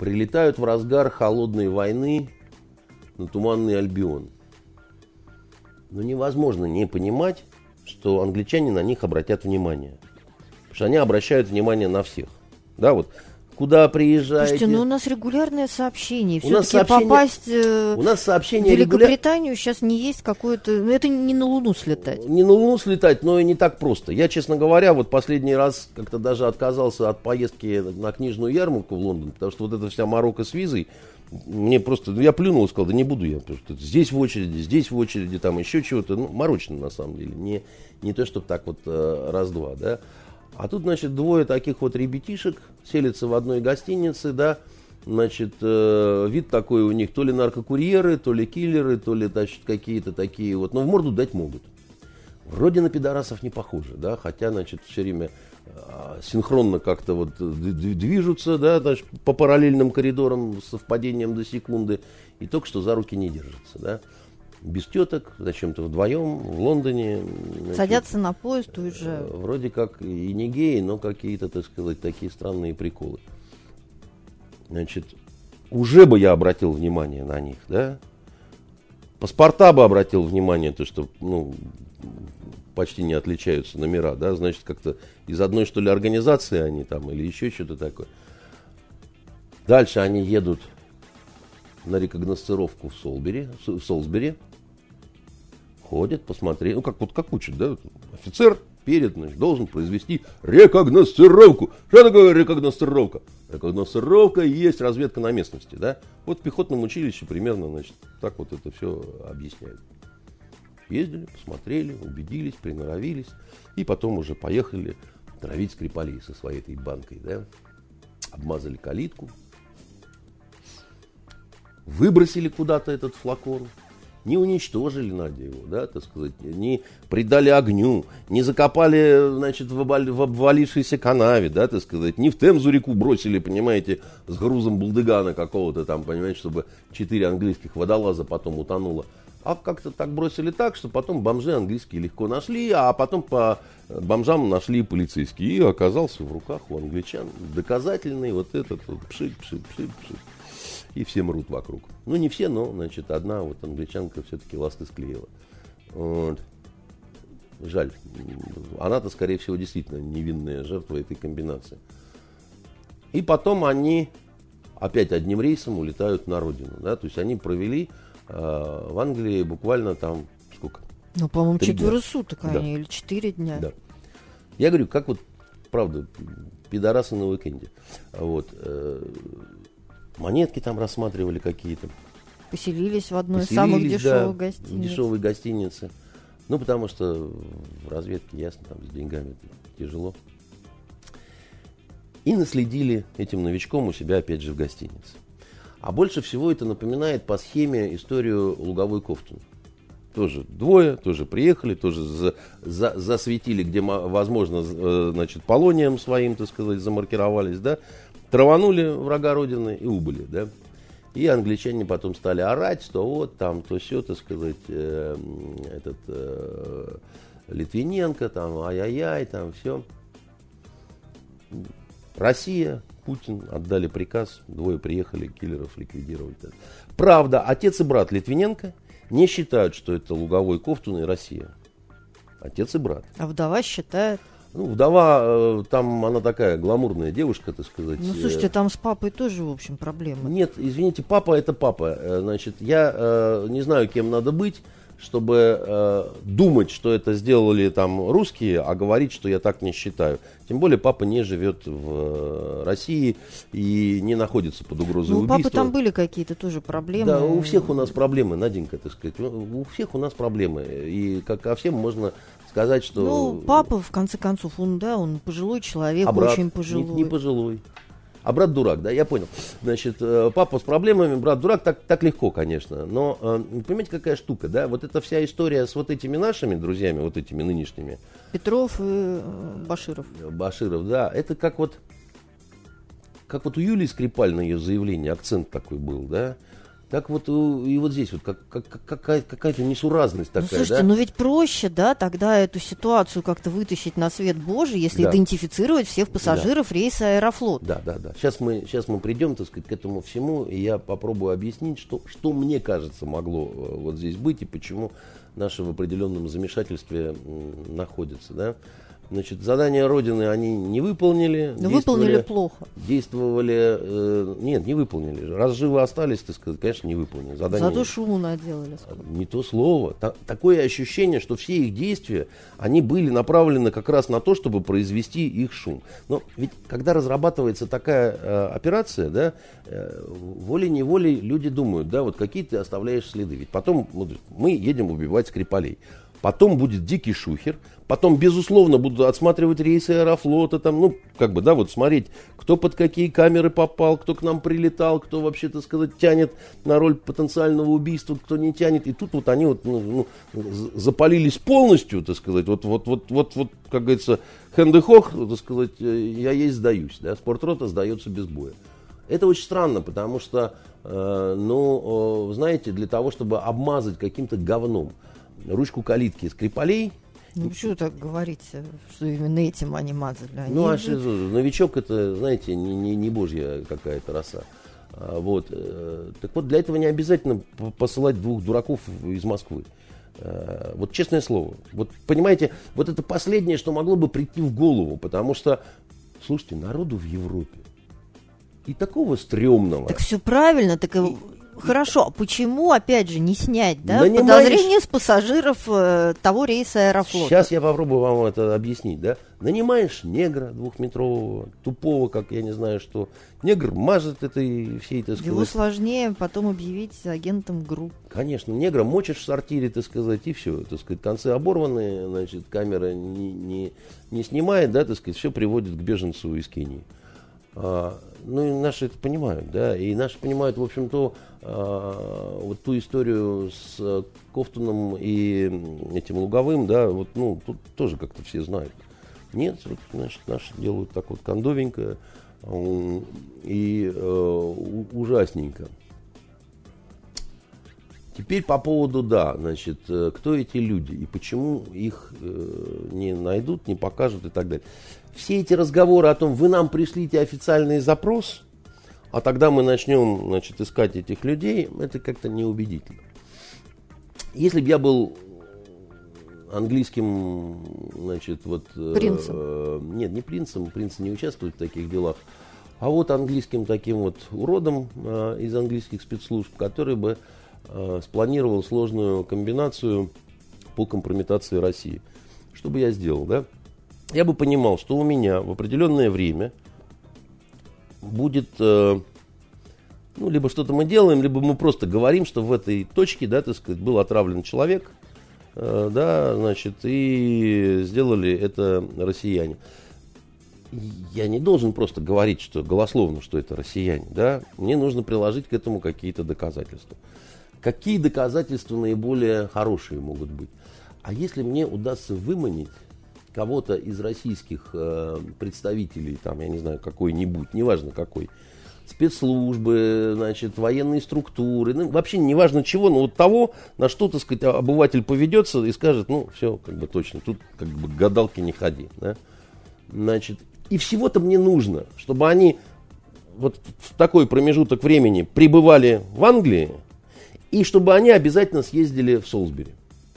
прилетают в разгар холодной войны на Туманный Альбион. Но невозможно не понимать, что англичане на них обратят внимание. Потому что они обращают внимание на всех. Да, вот куда приезжаете. Слушайте, у нас регулярное сообщение. Все-таки попасть у нас в Великобританию сейчас не есть какое-то... Это не на Луну слетать. Не на Луну слетать, но и не так просто. Я, честно говоря, вот последний раз как-то даже отказался от поездки на книжную ярмарку в Лондон, потому что вот эта вся морока с визой, мне просто... Я плюнул и сказал, да не буду я. Потому что здесь в очереди, там еще чего-то. Морочно на самом деле. Не то, чтобы так вот раз-два, да. А тут, значит, двое таких вот ребятишек селятся в одной гостинице, да, значит, вид такой у них, то ли наркокурьеры, то ли киллеры, то ли, значит, какие-то такие вот, но в морду дать могут. Вроде на пидорасов не похоже, да, хотя, значит, все время синхронно как-то вот движутся, да, значит, по параллельным коридорам с совпадением до секунды, и только что за руки не держатся, да. Без теток, зачем-то вдвоем, в Лондоне. Значит, садятся на поезд и уже... Вроде как и не геи, но какие-то, так сказать, такие странные приколы. Значит, уже бы я обратил внимание на них, да? Паспорта бы обратил внимание, то, что, ну, почти не отличаются номера, да? Значит, как-то из одной, что ли, организации они там или еще что-то такое. Дальше они едут на рекогносцировку в Солсбери. Ходят, посмотреть, ну как учат, да, офицер перед, значит, должен произвести рекогносцировку. Что такое рекогносцировка? Рекогносцировка есть разведка на местности, да. Вот в пехотном училище примерно, значит, так вот это все объясняют. Ездили, посмотрели, убедились, приноровились, и потом уже поехали травить Скрипалей со своей этой банкой, да. Обмазали калитку, выбросили куда-то этот флакон. Не уничтожили, Надя, его, да, так сказать, не придали огню, не закопали, значит, в обвалившейся канаве, да, так сказать, не в Темзу реку бросили, понимаете, с грузом булдыгана какого-то там, понимаете, чтобы 4 английских водолаза потом утонуло. А как-то так бросили так, что потом бомжи английские легко нашли, а потом по бомжам нашли полицейские. И оказался в руках у англичан доказательный вот этот вот пшик. И все мрут вокруг. Ну, не все, но, значит, одна вот англичанка все-таки ласты склеила. Вот. Жаль. Она-то, скорее всего, действительно невинная жертва этой комбинации. И потом они опять одним рейсом улетают на родину. Да? То есть они провели в Англии буквально там сколько? Ну, по-моему, 4 суток да. они, или 4 дня. Да. Я говорю, как вот, правда, пидорасы на уикенде. Вот. Монетки там рассматривали какие-то. Поселились в одной из самых дешевых гостиниц. В дешевой гостинице. Ну, потому что в разведке, ясно, там с деньгами тяжело. И наследили этим новичком у себя опять же в гостинице. А больше всего это напоминает по схеме историю Луговой Ковтуны. Тоже двое, тоже приехали, тоже засветили, где возможно, значит, полонием своим, так сказать, замаркировались, да. Траванули врага Родины и убыли, да. И англичане потом стали орать, что вот там, то все, так сказать, Литвиненко, там, ай-яй-яй, там все. Россия, Путин отдали приказ, двое приехали киллеров ликвидировать. Правда, отец и брат Литвиненко не считают, что это Луговой Ковтун и Россия. Отец и брат. А вдова считает? Ну, вдова, там она такая гламурная девушка, так сказать. Ну, слушайте, там с папой тоже, в общем, проблемы. Нет, извините, папа это папа. Значит, я не знаю, кем надо быть, чтобы думать, что это сделали там русские, а говорить, что я так не считаю. Тем более папа не живет в России и не находится под угрозой убийства. У папы там были какие-то тоже проблемы. Да, у всех у нас проблемы, Наденька, так сказать. У всех у нас проблемы. И как ко всем можно сказать, что... Ну, папа, в конце концов, он пожилой человек, а брат очень пожилой. Не пожилой. А брат дурак, да, я понял. Значит, папа с проблемами, брат дурак, так легко, конечно. Но, понимаете, какая штука, да? Вот эта вся история с вот этими нашими друзьями, вот этими нынешними. Петров и Баширов. Баширов, да. Это как вот у Юлии Скрипаль на ее заявлении акцент такой был, да? Так вот и вот здесь вот какая-то несуразность такая. Слушайте, да? ведь проще, да, тогда эту ситуацию как-то вытащить на свет Божий, если идентифицировать всех пассажиров рейса Аэрофлот. Да. Сейчас мы придем, так сказать, к этому всему, и я попробую объяснить, что мне кажется могло вот здесь быть и почему наши в определенном замешательстве находятся, да. Значит, задания Родины они не выполнили. Но выполнили плохо. Нет, не выполнили. Раз живы остались, так сказать, конечно, не выполнили. Зато шуму наделали. Не то слово. Такое ощущение, что все их действия, они были направлены как раз на то, чтобы произвести их шум. Но ведь, когда разрабатывается такая операция, да, волей-неволей люди думают, да, вот какие ты оставляешь следы. Ведь потом мы едем убивать Скрипалей. Потом будет дикий шухер, потом, безусловно, будут отсматривать рейсы Аэрофлота, там, вот смотреть, кто под какие камеры попал, кто к нам прилетал, кто вообще, так сказать, тянет на роль потенциального убийства, кто не тянет. И тут вот они запалились полностью, так сказать, как говорится, хэнд-и-хох, так сказать, я есть сдаюсь, да, спортрота сдается без боя. Это очень странно, потому что, знаете, для того, чтобы обмазать каким-то говном ручку калитки Скрипалей. Почему так говорите, что именно этим они мазали? Новичок это, знаете, не божья какая-то роса. Так вот, для этого не обязательно посылать двух дураков из Москвы. Вот честное слово. Вот понимаете, вот это последнее, что могло бы прийти в голову, потому что, слушайте, народу в Европе и такого стрёмного. Так все правильно, так и... Хорошо, а почему, опять же, не снять, да, подозрения с пассажиров того рейса Аэрофлота? Сейчас я попробую вам это объяснить, да. Нанимаешь негра двухметрового, тупого, как я не знаю что. Негр мажет этой всей, так сказать. Его сложнее потом объявить агентом ГРУ. Конечно, негра мочишь в сортире, так сказать, и все, так сказать, концы оборванные, значит, камера не снимает, да, так сказать, все приводит к беженцу из Кении. И наши это понимают, да, и наши понимают, в общем-то, вот ту историю с Ковтуном и этим Луговым, да, тут тоже как-то все знают. Нет, значит, наши делают так вот кондовенько и ужасненько. Теперь по поводу, значит, кто эти люди и почему их не найдут, не покажут и так далее. Все эти разговоры о том, вы нам пришлите официальный запрос, а тогда мы начнем, значит, искать этих людей, это как-то неубедительно. Если бы я был английским, значит, принцем. Нет, не принцем, принцы не участвуют в таких делах, а вот английским таким вот уродом из английских спецслужб, который бы спланировал сложную комбинацию по компрометации России. Что бы я сделал, да? Я бы понимал, что у меня в определенное время будет, либо что-то мы делаем, либо мы просто говорим, что в этой точке, да, так сказать, был отравлен человек, да, значит, и сделали это россияне. Я не должен просто говорить, что голословно, что это россияне, да, мне нужно приложить к этому какие-то доказательства. Какие доказательства наиболее хорошие могут быть? А если мне удастся выманить кого-то из российских представителей, там, я не знаю, какой-нибудь, неважно какой, спецслужбы, значит, военные структуры, вообще неважно чего, но вот того, на что, так сказать, обыватель поведется и скажет, все, как бы точно, тут как бы гадалки не ходи, да? Значит, и всего-то мне нужно, чтобы они вот в такой промежуток времени пребывали в Англии, и чтобы они обязательно съездили в Солсбери.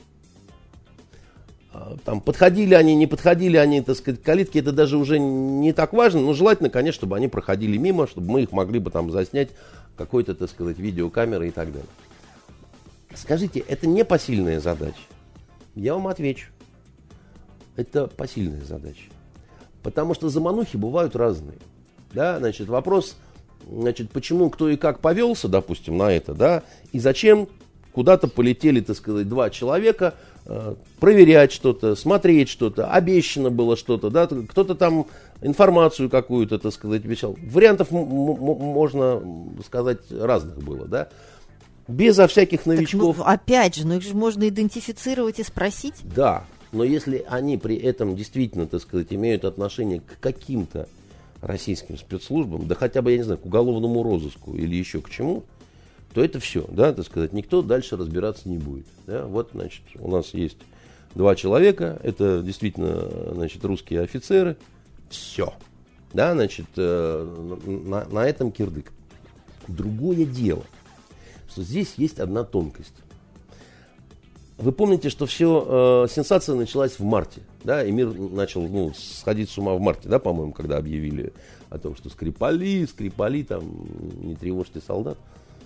Там, подходили они, не подходили они, так сказать, к калитке, это даже уже не так важно, но желательно, конечно, чтобы они проходили мимо, чтобы мы их могли бы там заснять какой-то, так сказать, видеокамерой и так далее. Скажите, это не посильная задача? Я вам отвечу. Это посильная задача. Потому что заманухи бывают разные. Да, значит, вопрос, значит, почему, кто и как повелся, допустим, на это, да, и зачем куда-то полетели, так сказать, два человека, проверять что-то, смотреть что-то, обещано было что-то, да, кто-то там информацию какую-то, так сказать, обещал. Вариантов можно сказать разных было, да. Безо всяких новичков. Так, опять же, их же можно идентифицировать и спросить. Да, но если они при этом действительно, так сказать, имеют отношение к каким-то российским спецслужбам, да хотя бы, я не знаю, к уголовному розыску или еще к чему, то это все, да, так сказать, никто дальше разбираться не будет. Да? Вот, значит, у нас есть 2 человека, это действительно, значит, русские офицеры, все, да, значит, на этом кирдык. Другое дело, что здесь есть одна тонкость. Вы помните, что все, сенсация началась в марте, да, и мир начал, сходить с ума в марте, да, по-моему, когда объявили о том, что Скрипали, там, не тревожьте солдат.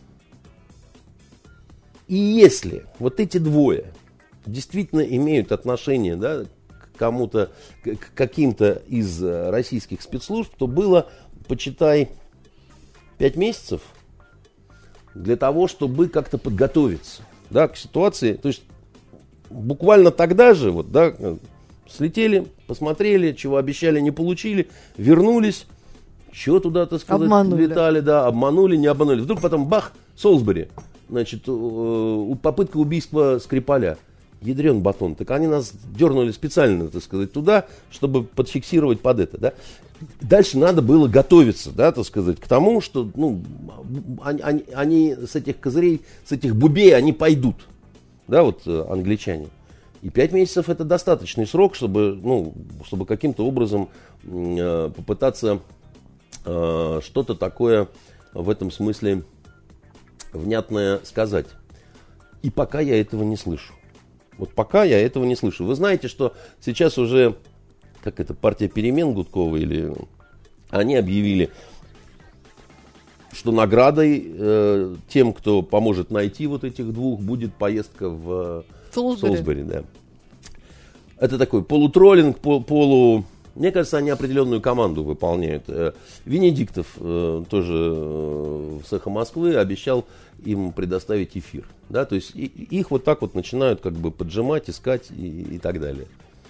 И если вот эти двое действительно имеют отношение, да, к кому-то, к каким-то из российских спецслужб, то было, почитай, 5 месяцев для того, чтобы как-то подготовиться, да, к ситуации. То есть буквально тогда же, вот, да, слетели, посмотрели, чего обещали, не получили, вернулись, что туда, так сказать, летали, да, обманули, не обманули. Вдруг потом бах, Солсбери, значит, попытка убийства Скрипаля. Ядрен батон. Так они нас дернули специально, так сказать, туда, чтобы подфиксировать под это, да. Дальше надо было готовиться, да, так сказать, к тому, что, они с этих козырей, с этих бубей, они пойдут, да, вот англичане. И 5 месяцев это достаточный срок, чтобы каким-то образом попытаться что-то такое в этом смысле внятное сказать. И пока я этого не слышу. Вот пока я этого не слышу. Вы знаете, что сейчас уже, как это, партия перемен Гудкова, или они объявили, что наградой тем, кто поможет найти вот этих 2, будет поездка в Солсбери. Да. Это такой полутроллинг, Мне кажется, они определенную команду выполняют. Венедиктов тоже в «Эхо Москвы» обещал им предоставить эфир. Да? То есть их вот так вот начинают как бы поджимать, искать и так далее.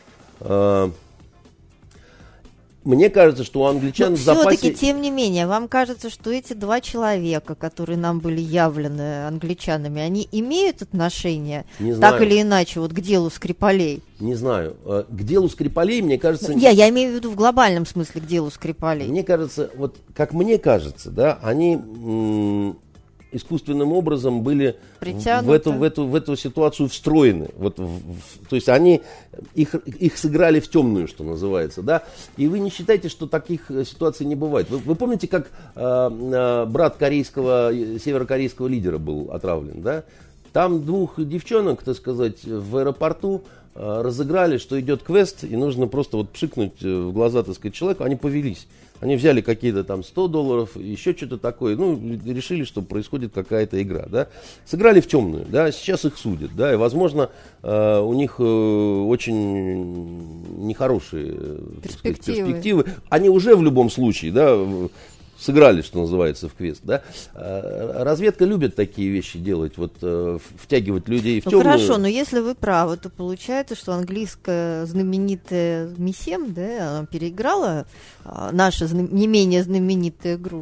Мне кажется, что у англичан в запасе... Все-таки, тем не менее, вам кажется, что эти 2 человека, которые нам были явлены англичанами, они имеют отношение, так или иначе, вот к делу Скрипалей? Не знаю. К делу Скрипалей, мне кажется... Я имею в виду в глобальном смысле к делу Скрипалей. Мне кажется, вот как мне кажется, да, они искусственным образом были в эту ситуацию встроены. То есть они их сыграли в темную, что называется, да. И вы не считаете, что таких ситуаций не бывает. Вы помните, как брат северокорейского лидера был отравлен, да? Там 2 девчонок, так сказать, в аэропорту разыграли, что идет квест, и нужно просто вот пшикнуть в глаза, так сказать, человеку. Они повелись. Они взяли какие-то там $100, еще что-то такое, решили, что происходит какая-то игра, да. Сыграли в темную, да, сейчас их судят, да, и, возможно, у них очень нехорошие перспективы. Они уже в любом случае, да, сыграли, что называется, в квест, да. Разведка любит такие вещи делать, втягивать людей в темную. Хорошо, но если вы правы, то получается, что английская знаменитая МИ-7, да, она переиграла нашу не менее знаменитую игру.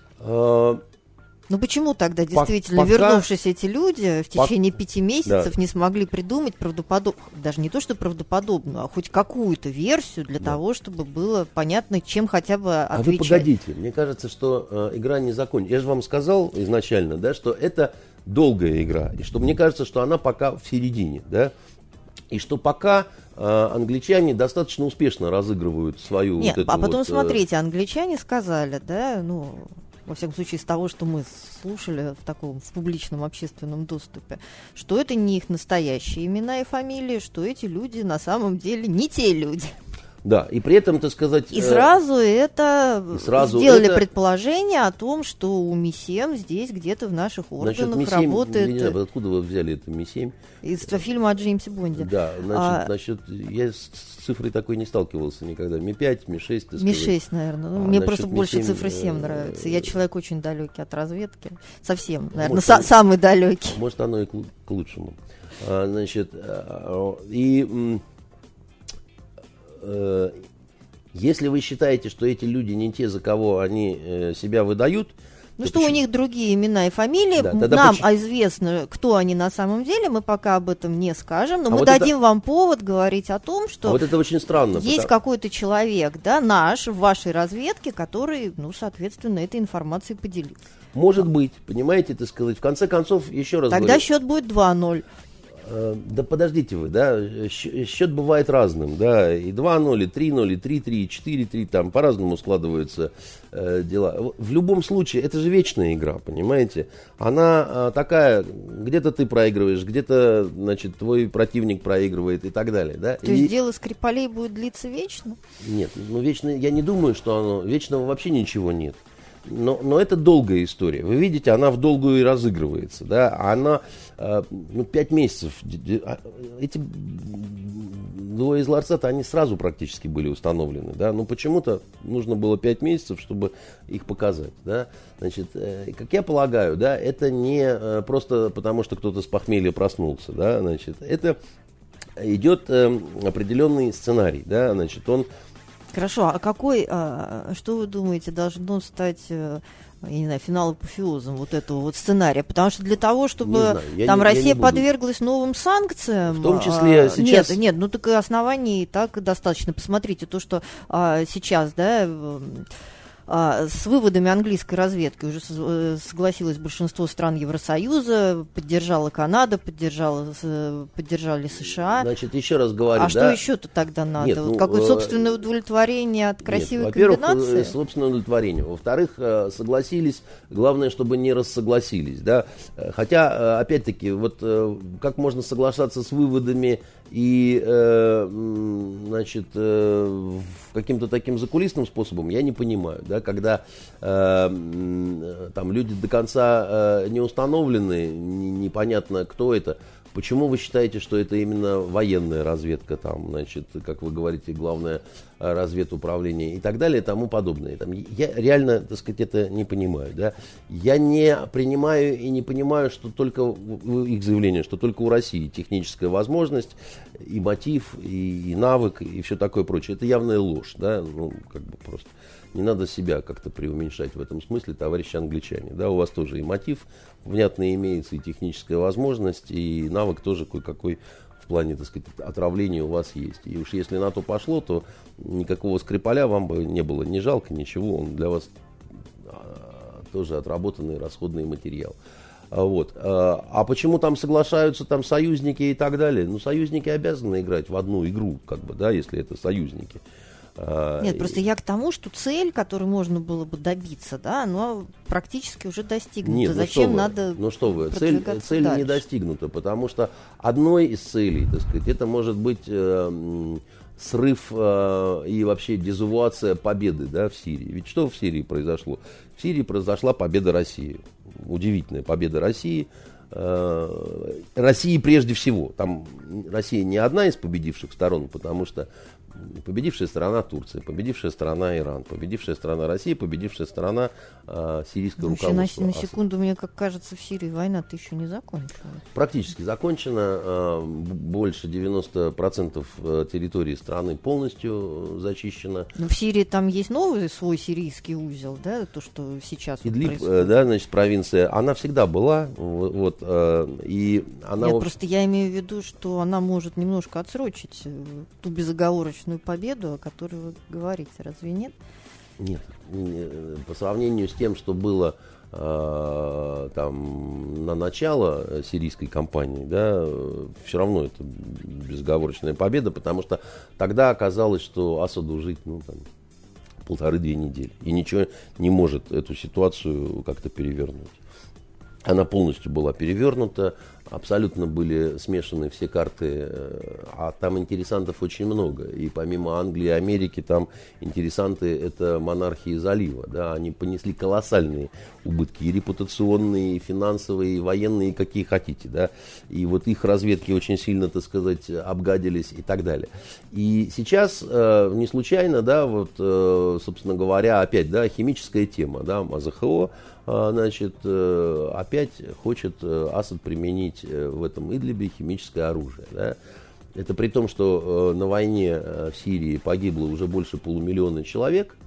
Почему тогда действительно, вернувшись эти люди, в течение 5 месяцев не смогли придумать даже не то, что правдоподобную, а хоть какую-то версию для того, чтобы было понятно, чем хотя бы отвечать? А вы погодите, мне кажется, что игра не закончена. Я же вам сказал изначально, да, что это долгая игра, и что мне кажется, что она пока в середине, да, и что пока англичане достаточно успешно разыгрывают свою... Нет, а потом смотрите, англичане сказали, да, во всяком случае, из того, что мы слушали в публичном общественном доступе, что это не их настоящие имена и фамилии, что эти люди на самом деле не те люди. Да, и при этом, так сказать... И сразу сделали предположение о том, что у Ми-7 здесь где-то в наших органах работает... Откуда вы взяли это Ми-7? Из фильма о Джеймсе Бонде. Да, я с цифрой такой не сталкивался никогда. Ми-5, Ми-6, Ми-6, наверное. Мне просто больше цифры 7 нравится. Я человек очень далекий от разведки. Совсем, наверное, самый далекий. Может, оно и к лучшему. Если вы считаете, что эти люди не те, за кого они себя выдают... что у них другие имена и фамилии, нам известно, кто они на самом деле, мы пока об этом не скажем, но мы дадим вам повод говорить о том, что это очень странно, есть какой-то человек, да, в вашей разведке, который, соответственно, этой информацией поделился. Может быть, понимаете, так сказать. В конце концов, еще раз Тогда говорю. счет будет 2-0. Да подождите вы, да, счет бывает разным, да, и 2-0, и 3-0, и 3-3, и 4-3, там по-разному складываются дела. В любом случае, это же вечная игра, понимаете? Она такая, где-то ты проигрываешь, где-то, значит, твой противник проигрывает и так далее, да. То есть дело Скрипалей будет длиться вечно? Нет, ну вечно, я не думаю, что оно, вечного вообще ничего нет. Но это долгая история. Вы видите, она в долгую и разыгрывается. Да? Она 5 месяцев. Эти двое из ларца-то они сразу практически были установлены. Да? Но почему-то нужно было 5 месяцев, чтобы их показать. Да? Значит, как я полагаю, да, это не просто потому, что кто-то с похмелья проснулся. Да? Значит, это идет определенный сценарий. Да? Значит, он... Хорошо, а какой, что вы думаете, должно стать, я не знаю, финал-апофеозом вот этого вот сценария? Потому что для того, чтобы там Россия подверглась новым санкциям... В том числе сейчас... Нет, ну так и оснований так достаточно. Посмотрите, то, что сейчас, да... С выводами английской разведки уже согласилось большинство стран Евросоюза, поддержала Канада, поддержали США. Значит, еще раз говорю, а что еще-то тогда надо? Нет, вот какое собственное удовлетворение от красивой комбинации? Во-первых, собственное удовлетворение. Во-вторых, согласились, главное, чтобы не рассогласились. Да? Хотя, опять-таки, вот как можно соглашаться с выводами и, значит, каким-то таким закулисным способом, я не понимаю. Да? Когда там люди до конца не установлены, непонятно, кто это. Почему вы считаете, что это именно военная разведка, там, значит, как вы говорите, главное разведуправление и так далее и тому подобное? Там, я реально, так сказать, это не понимаю. Да? Я не принимаю и не понимаю, что только их заявление, что только у России техническая возможность и мотив, и навык, и все такое прочее. Это явная ложь. Да? Ну, как бы просто не надо себя как-то преуменьшать в этом смысле, товарищи англичане. Да? У вас тоже и мотив внятно имеется, и техническая возможность, и навык тоже кое-какой в плане, так сказать, отравления у вас есть. И уж если на то пошло, то никакого Скрипаля вам бы не было ни жалко, ничего. Он для вас тоже отработанный расходный материал. Вот. А почему там соглашаются там союзники и так далее? Ну, союзники обязаны играть в одну игру, как бы, да, если это союзники. Нет, просто я к тому, что цель, которой можно было бы добиться, да, она практически уже достигнута. Нет, зачем надо цель не достигнута, потому что одной из целей, так сказать, это может быть срыв и вообще дезавуация победы, да, в Сирии. Ведь что в Сирии произошло? В Сирии произошла победа России. Удивительная победа России. России прежде всего. Там Россия не одна из победивших сторон, потому что победившая страна Турция, победившая страна Иран, победившая страна Россия, победившая страна сирийское руководство. На секунду, мне как кажется, в Сирии война-то еще не закончилась. Практически закончена. Больше 90% территории страны полностью зачищена. Но в Сирии там есть новый свой сирийский узел, да, то, что сейчас Идлиб, да, значит, провинция, она всегда была. Вот, и она... Нет, просто я имею в виду, что она может немножко отсрочить ту безоговорочную победу, о которой вы говорите, разве нет? Нет, по сравнению с тем, что было там на начало сирийской кампании, да, все равно это безоговорочная победа, потому что тогда оказалось, что Асаду жить, ну, там, 1,5-2 недели, и ничего не может эту ситуацию как-то перевернуть. Она полностью была перевернута, абсолютно были смешаны все карты, а там интересантов очень много. И помимо Англии и Америки, там интересанты — это монархии залива. Да? Они понесли колоссальные убытки, и репутационные, и финансовые, и военные, и какие хотите. Да? И вот их разведки очень сильно, так сказать, обгадились и так далее. И сейчас не случайно, да, вот, собственно говоря, опять, да, химическая тема, да, МАЗХО, значит, опять хочет Асад применить в этом Идлибе химическое оружие. Да? Это при том, что на войне в Сирии погибло уже больше 500 000 человек.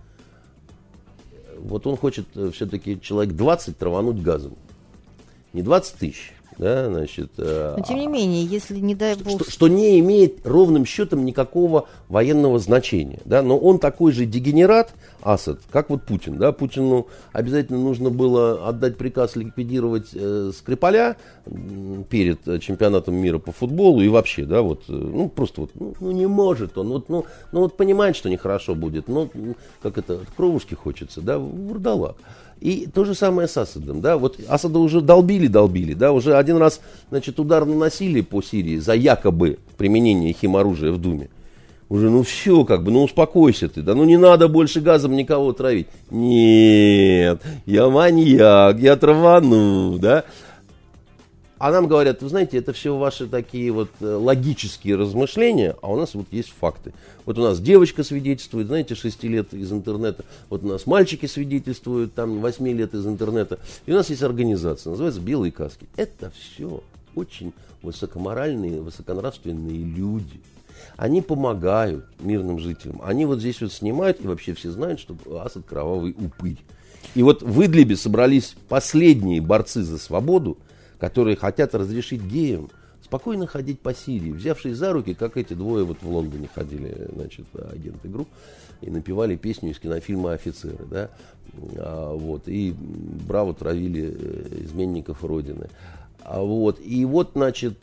Вот он хочет все-таки человек 20 травануть газом. Не 20 тысяч, да, значит... Но тем не менее, если, не дай бог... Что не имеет ровным счетом никакого военного значения, да, но он такой же дегенерат, Асад, как вот Путин, да, Путину обязательно нужно было отдать приказ ликвидировать Скрипаля перед чемпионатом мира по футболу и вообще, да, вот, ну, просто вот, ну не может он, вот понимает, что нехорошо будет, но, как это, кровушки хочется, да, вурдалак. И то же самое с Асадом, да, вот Асада уже долбили, да, уже один раз, значит, удар наносили по Сирии за якобы применение химоружия в Думе. Уже, ну все, как бы, ну успокойся ты, да, ну не надо больше газом никого травить. Нет, я маньяк, я травану, да. А нам говорят, вы знаете, это все ваши такие вот логические размышления, а у нас вот есть факты. Вот у нас девочка свидетельствует, знаете, 6 лет из интернета, вот у нас мальчики свидетельствуют, там, 8 лет из интернета, и у нас есть организация, называется «Белые каски». Это все очень высокоморальные, высоконравственные люди. Они помогают мирным жителям. Они вот здесь вот снимают, и вообще все знают, что Асад кровавый упырь. И вот в Идлибе собрались последние борцы за свободу, которые хотят разрешить геям спокойно ходить по Сирии, взявшие за руки, как эти двое вот в Лондоне ходили, значит, агенты ГРУ, и напевали песню из кинофильма «Офицеры», да, вот, и браво травили изменников Родины. Вот, и вот, значит,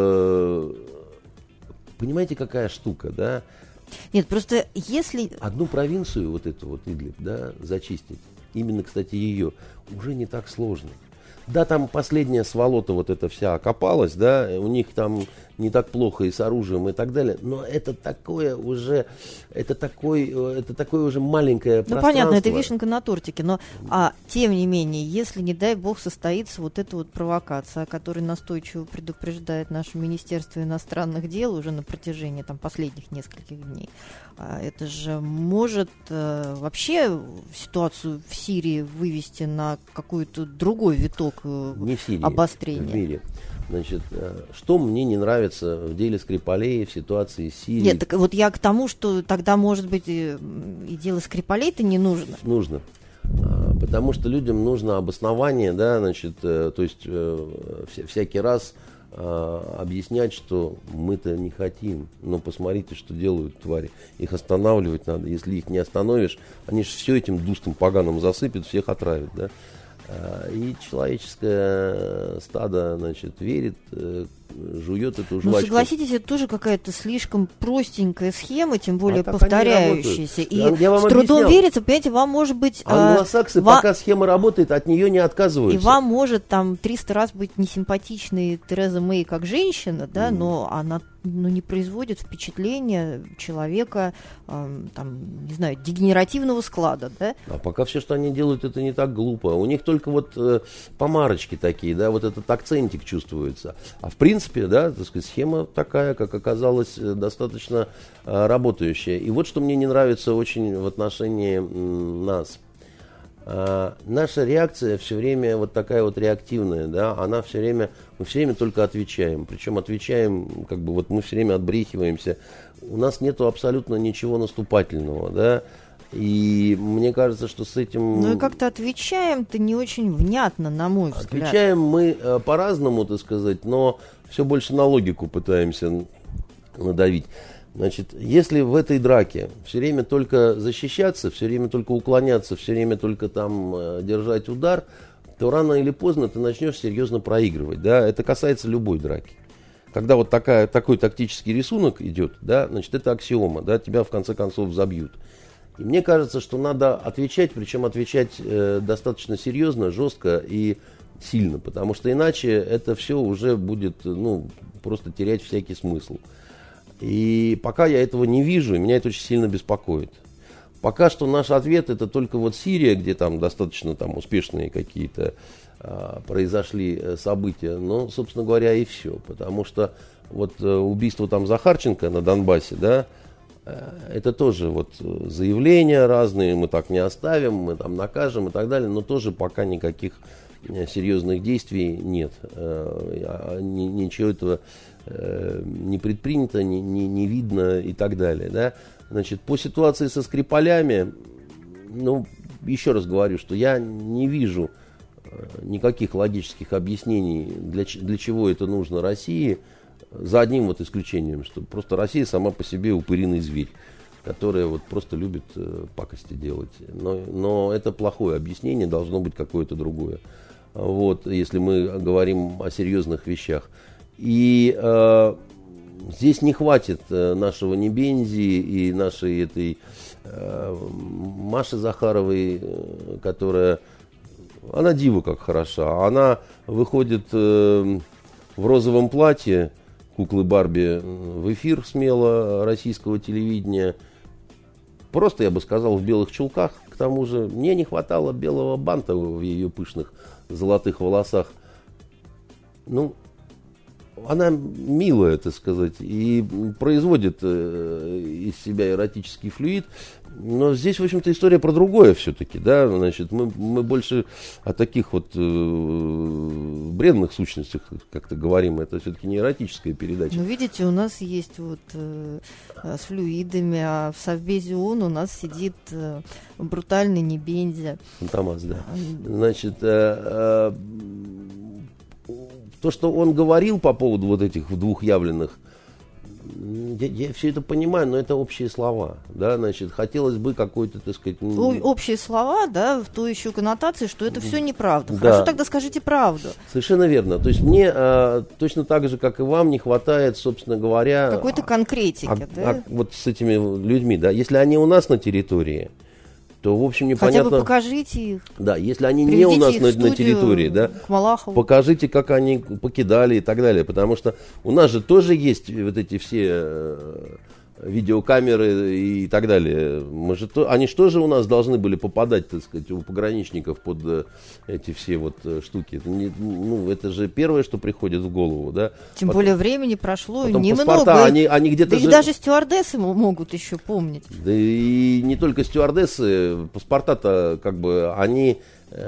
понимаете, какая штука, да? Нет, просто если... Одну провинцию, вот эту вот Идлиб, да, зачистить, именно, кстати, ее, уже не так сложно. Да, там последняя сволота вот эта вся окопалась, да, у них там не так плохо и с оружием и так далее, но это такое уже маленькое пространство. Ну, понятно, это вишенка на тортике, но тем не менее, если, не дай бог, состоится вот эта вот провокация, о которой настойчиво предупреждает наше Министерство иностранных дел уже на протяжении там последних нескольких дней, это же может вообще ситуацию в Сирии вывести на какой-то другой виток не в Сирии, обострения. В мире. Значит, что мне не нравится в деле Скрипалей, в ситуации с Сирией? Нет, так вот я к тому, что тогда, может быть, и дело Скрипалей-то не нужно. Нужно. Потому что людям нужно обоснование, да, значит, то есть всякий раз объяснять, что мы-то не хотим, но посмотрите, что делают твари. Их останавливать надо. Если их не остановишь, они же все этим дустом поганым засыпят, всех отравят, да. И человеческое стадо, значит, верит, жует эту жвачку. Ну, согласитесь, это тоже какая-то слишком простенькая схема, тем более повторяющаяся. И с трудом верится, понимаете, вам может быть... Англосаксы, пока схема работает, от нее не отказываются. И вам может там 300 раз быть несимпатичной Тереза Мэй как женщина, да, но она не производит впечатления человека, там, не знаю, дегенеративного склада, да? А пока все, что они делают, это не так глупо. У них только вот помарочки такие, да, вот этот акцентик чувствуется. А в принципе, да, так сказать, схема такая, как оказалось, достаточно работающая. И вот что мне не нравится очень в отношении нас. Наша реакция все время вот такая вот реактивная, да, она все время, мы все время только отвечаем, причем отвечаем, как бы вот мы все время отбрехиваемся, у нас нету абсолютно ничего наступательного, да, и мне кажется, что с этим... Ну и как-то отвечаем-то не очень внятно, на мой взгляд. Отвечаем мы по-разному, так сказать, но все больше на логику пытаемся надавить. Значит, если в этой драке все время только защищаться, все время только уклоняться, все время только там держать удар, то рано или поздно ты начнешь серьезно проигрывать. Да? Это касается любой драки. Когда вот такой тактический рисунок идет, да, значит, это аксиома, да, тебя в конце концов забьют. И мне кажется, что надо отвечать, причем отвечать достаточно серьезно, жестко и сильно, потому что иначе это все уже будет, ну, просто терять всякий смысл. И пока я этого не вижу, меня это очень сильно беспокоит. Пока что наш ответ это только вот Сирия, где там достаточно там успешные какие-то произошли события. Но, собственно говоря, и все. Потому что вот убийство там Захарченко на Донбассе, да, это тоже вот заявления разные, мы так не оставим, мы там накажем и так далее, но тоже пока никаких серьезных действий нет. Ничего этого не предпринято, не видно и так далее. Да? Значит, по ситуации со Скрипалями, ну, еще раз говорю, что я не вижу никаких логических объяснений, для чего это нужно России, за одним вот исключением, что просто Россия сама по себе упыриный зверь, которая вот просто любит пакости делать. Но это плохое объяснение, должно быть какое-то другое. Вот, если мы говорим о серьезных вещах. И здесь не хватит нашего Небензи и нашей этой Маши Захаровой, которая, она дива как хороша. Она выходит в розовом платье куклы Барби в эфир смело российского телевидения. Просто, я бы сказал, в белых чулках. К тому же мне не хватало белого банта в ее пышных золотых волосах. Ну, она милая, так сказать, и производит из себя эротический флюид. Но здесь, в общем-то, история про другое все-таки, да, значит, мы больше о таких вот бренных сущностях как-то говорим, это все-таки не эротическая передача. Ну, видите, у нас есть вот с флюидами, а в Совбезе ООН у нас сидит брутальный Небензи. Фантомас, да. Значит, то, что он говорил по поводу вот этих двух явленных, я все это понимаю, но это общие слова, да, значит, хотелось бы какой-то, так сказать... Общие слова, да, в той еще коннотации, что это все неправда. Да. Хорошо, тогда скажите правду. Совершенно верно. То есть мне точно так же, как и вам, не хватает, собственно говоря... Какой-то конкретики, да? Вот с этими людьми, да. Если они у нас на территории, то, в общем, непонятно... Хотя бы покажите их. Да, если они не у нас на территории, да, покажите, как они покидали и так далее. Потому что у нас же тоже есть вот эти все видеокамеры и так далее. Они же тоже у нас должны были попадать, так сказать, у пограничников под эти все вот штуки. Это же первое, что приходит в голову, да. Тем более времени прошло немного. Паспорта, они где-то да и даже стюардессы могут еще помнить. Да и не только стюардессы, паспорта-то как бы они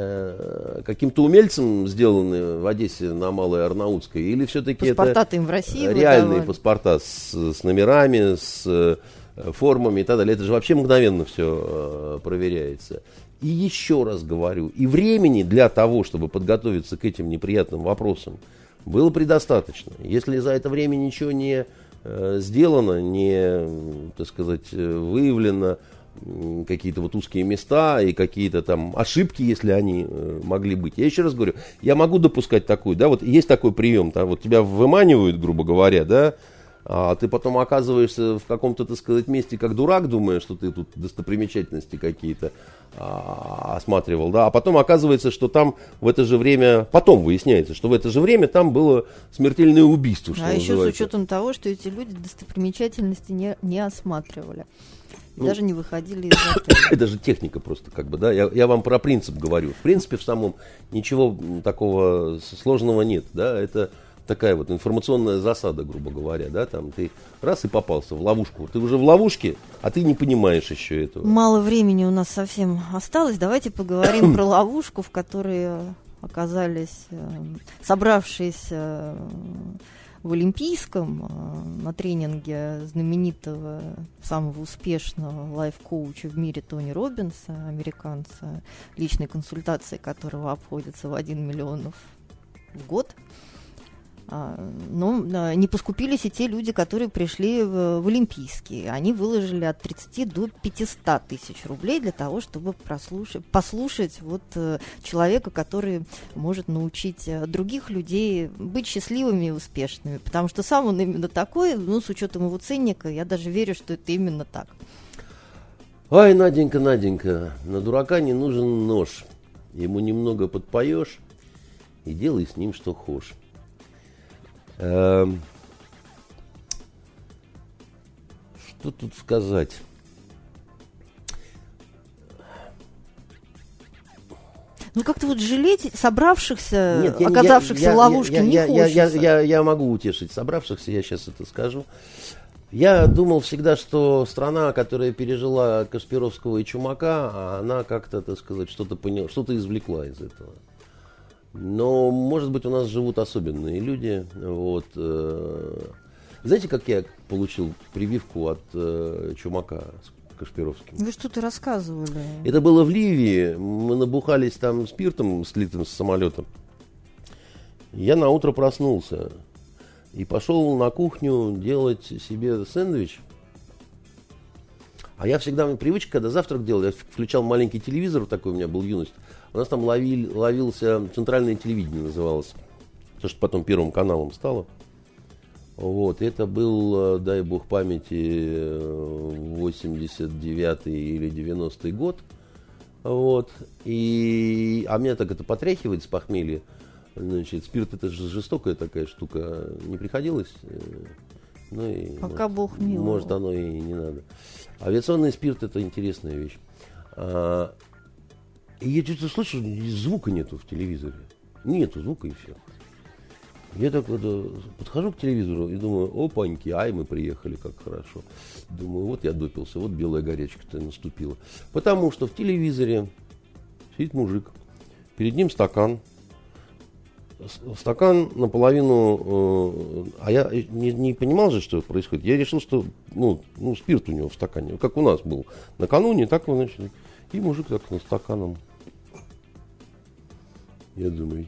каким-то умельцем сделаны в Одессе на Малой Арнаутской, или все-таки это им в России реальные паспорта с номерами, с формами и так далее. Это же вообще мгновенно все проверяется. И еще раз говорю, и времени для того, чтобы подготовиться к этим неприятным вопросам, было предостаточно. Если за это время ничего не сделано, не, так сказать, выявлено, какие-то вот узкие места и какие-то там ошибки, если они могли быть. Я еще раз говорю, я могу допускать такую, да, вот есть такой прием, да, вот тебя выманивают, грубо говоря, да, а ты потом оказываешься в каком-то, так сказать, месте как дурак, думая, что ты тут достопримечательности какие-то осматривал, да, а потом оказывается, что там в это же время, потом выясняется, что в это же время там было смертельное убийство, что называется. Еще с учетом того, что эти люди достопримечательности не осматривали. Даже не выходили из отеля. Это же техника просто, как бы, да. Я вам про принцип говорю. В принципе, в самом ничего такого сложного нет, да. Это такая вот информационная засада, грубо говоря, да. Там ты раз и попался в ловушку. Ты уже в ловушке, а ты не понимаешь еще этого. Мало времени у нас совсем осталось. Давайте поговорим про ловушку, в которой оказались собравшиеся в Олимпийском на тренинге знаменитого, самого успешного лайф-коуча в мире Тони Роббинса, американца, личной консультации которого обходится в 1 миллион в год. Но не поскупились и те люди, которые пришли в Олимпийские. Они выложили от 30 до 500 тысяч рублей для того, чтобы послушать вот человека, который может научить других людей быть счастливыми и успешными. Потому что сам он именно такой, ну, с учетом его ценника, я даже верю, что это именно так. Ой, Наденька, Наденька, на дурака не нужен нож. Ему немного подпоешь и делай с ним что хочешь. Что тут сказать? Ну, как-то вот жалеть собравшихся, оказавшихся в ловушке, не хочется. Я могу утешить собравшихся, я сейчас это скажу. Я думал всегда, что страна, которая пережила Кашпировского и Чумака, она как-то, так сказать, что-то поняла, что-то извлекла из этого. Но, может быть, у нас живут особенные люди. Вот. Знаете, как я получил прививку от Чумака? Кашпировским. Вы что-то рассказывали. Это было в Ливии. Мы набухались там спиртом, слитым с самолета. Я наутро проснулся и пошел на кухню делать себе сэндвич. А я всегда, у меня привычка, когда завтрак делал, я включал маленький телевизор, такой у меня был юность. У нас там ловился центральное телевидение, называлось. То, что потом Первым каналом стало. Вот, это был, дай бог памяти, 89-й или 90-й год. Вот. А меня так это потряхивает с похмелья. Значит, спирт это же жестокая такая штука. Не приходилось? Ну, и, пока Бог миловал. Может, оно и не надо. Авиационный спирт это интересная вещь. И я что-то слышу, звука нету в телевизоре. Нету звука и все. Я так вот подхожу к телевизору и думаю, опаньки, ай, мы приехали, как хорошо. Думаю, вот я допился, вот белая горячка-то наступила. Потому что в телевизоре сидит мужик, перед ним стакан наполовину, а я не понимал же, что происходит. Я решил, что спирт у него в стакане, как у нас был накануне, так вот, значит, и мужик так с стаканом. Я думаю,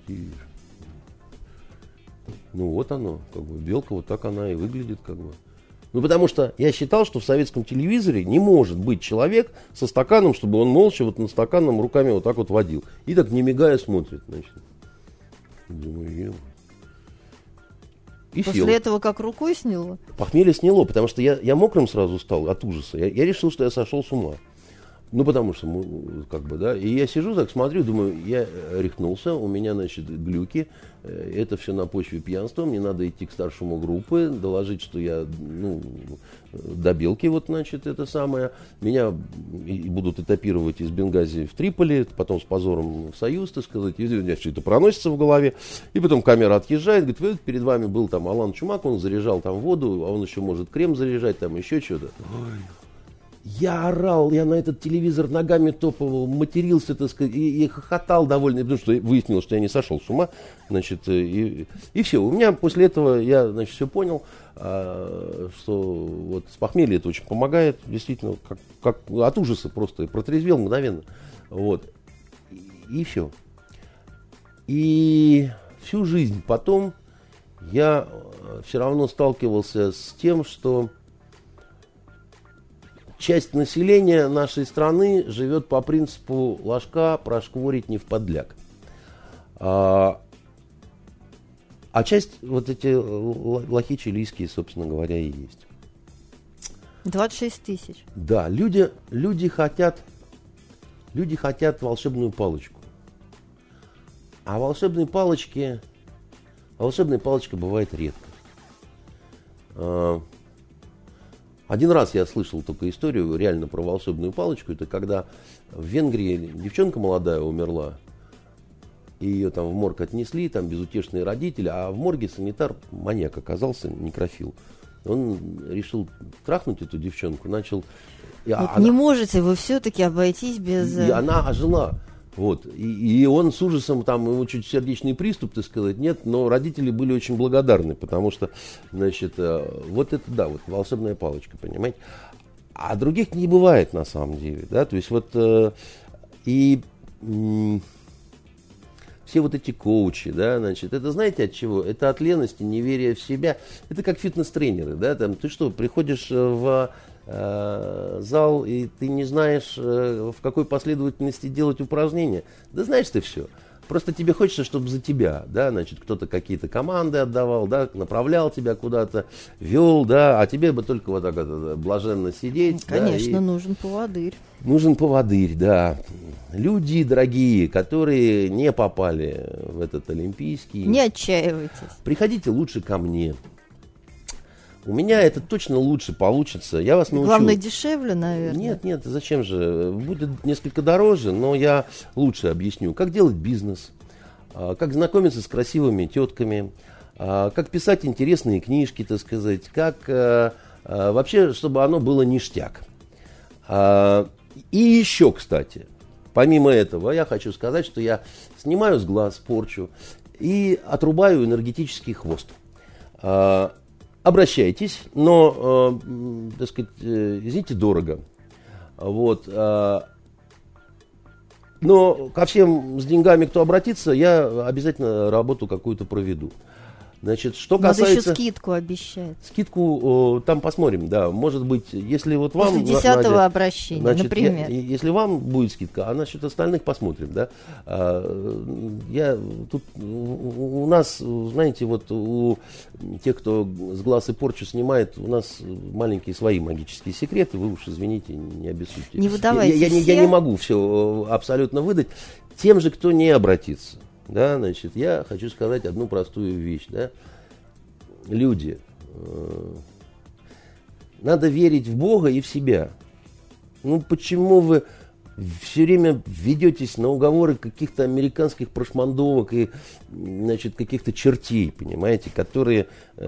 вот оно, как бы, белка вот так она и выглядит, как бы. Потому что я считал, что в советском телевизоре не может быть человек со стаканом, чтобы он молча вот над стаканом руками вот так вот водил. И так не мигая смотрит, значит. Думаю, и после сел. этого как рукой сняло? Похмелье сняло, потому что я мокрым сразу стал от ужаса. Я решил, что я сошел с ума. Потому что, как бы, да. И я сижу так, смотрю, думаю, я рехнулся, у меня, значит, глюки. Это все на почве пьянства. Мне надо идти к старшему группы, доложить, что я, до белки, вот, значит, это самое. Меня будут этапировать из Бенгази в Триполи, потом с позором в Союз, так сказать. И у меня все это проносится в голове. И потом камера отъезжает, говорит, вот перед вами был там Алан Чумак, он заряжал там воду, а он еще может крем заряжать, там еще что-то. Я орал, я на этот телевизор ногами топал, матерился, так сказать, и хохотал довольно, потому что выяснилось, что я не сошел с ума, значит, и все. У меня после этого я, значит, все понял, что вот с похмелья это очень помогает, действительно, как от ужаса просто протрезвел мгновенно, вот, и все. И всю жизнь потом я все равно сталкивался с тем, что часть населения нашей страны живет по принципу ложка прошкворить не вподляк. А часть, вот эти лохи чилийские, собственно говоря, и есть. 26 тысяч. Да, люди хотят волшебную палочку. А волшебная палочка бывает редко. Один раз я слышал только историю реально про волшебную палочку. Это когда в Венгрии девчонка молодая умерла. И ее там в морг отнесли, там безутешные родители. А в морге санитар маньяк оказался, некрофил. Он решил трахнуть эту девчонку, начал... Не можете вы все-таки обойтись без... И она ожила. Вот. И он с ужасом, там, ему чуть сердечный приступ, так сказать, нет, но родители были очень благодарны, потому что, значит, вот это, да, вот волшебная палочка, понимаете. А других не бывает на самом деле, да, то есть вот, все вот эти коучи, да, значит, это знаете от чего? Это от лености, неверия в себя. Это как фитнес-тренеры, да, там, ты что, приходишь в зал, и ты не знаешь, в какой последовательности делать упражнения. Да знаешь ты все. Просто тебе хочется, чтобы за тебя, да, значит, кто-то какие-то команды отдавал, да, направлял тебя куда-то, вел, да, а тебе бы только вот так вот блаженно сидеть. Конечно, да, нужен поводырь. Нужен поводырь, да. Люди дорогие, которые не попали в этот олимпийский. Не отчаивайтесь. Приходите лучше ко мне. У меня это точно лучше получится. Я вас научу. Главное, дешевле, наверное. Нет, зачем же? Будет несколько дороже, но я лучше объясню, как делать бизнес, как знакомиться с красивыми тетками, как писать интересные книжки, так сказать, как вообще, чтобы оно было ништяк. И еще, кстати, помимо этого, я хочу сказать, что я снимаю с глаз порчу и отрубаю энергетический хвост. Обращайтесь, но, так сказать, извините, дорого. Вот. Но ко всем с деньгами, кто обратится, я обязательно работу какую-то проведу. Значит, что касается... Надо еще скидку обещать. Скидку там посмотрим, да. Может быть, если вот вам... После 10-го обращения, значит, например. Если вам будет скидка, а насчет остальных посмотрим, да. Тут у нас, знаете, вот у тех, кто с глаз и порчу снимает, у нас маленькие свои магические секреты. Вы уж, извините, не обессудьте. Не выдавайте я не могу все абсолютно выдать. Тем же, кто не обратится. Да, значит, я хочу сказать одну простую вещь, да. Люди, надо верить в Бога и в себя. Ну, почему вы все время ведетесь на уговоры каких-то американских прошмандовок и, значит, каких-то чертей, понимаете, которые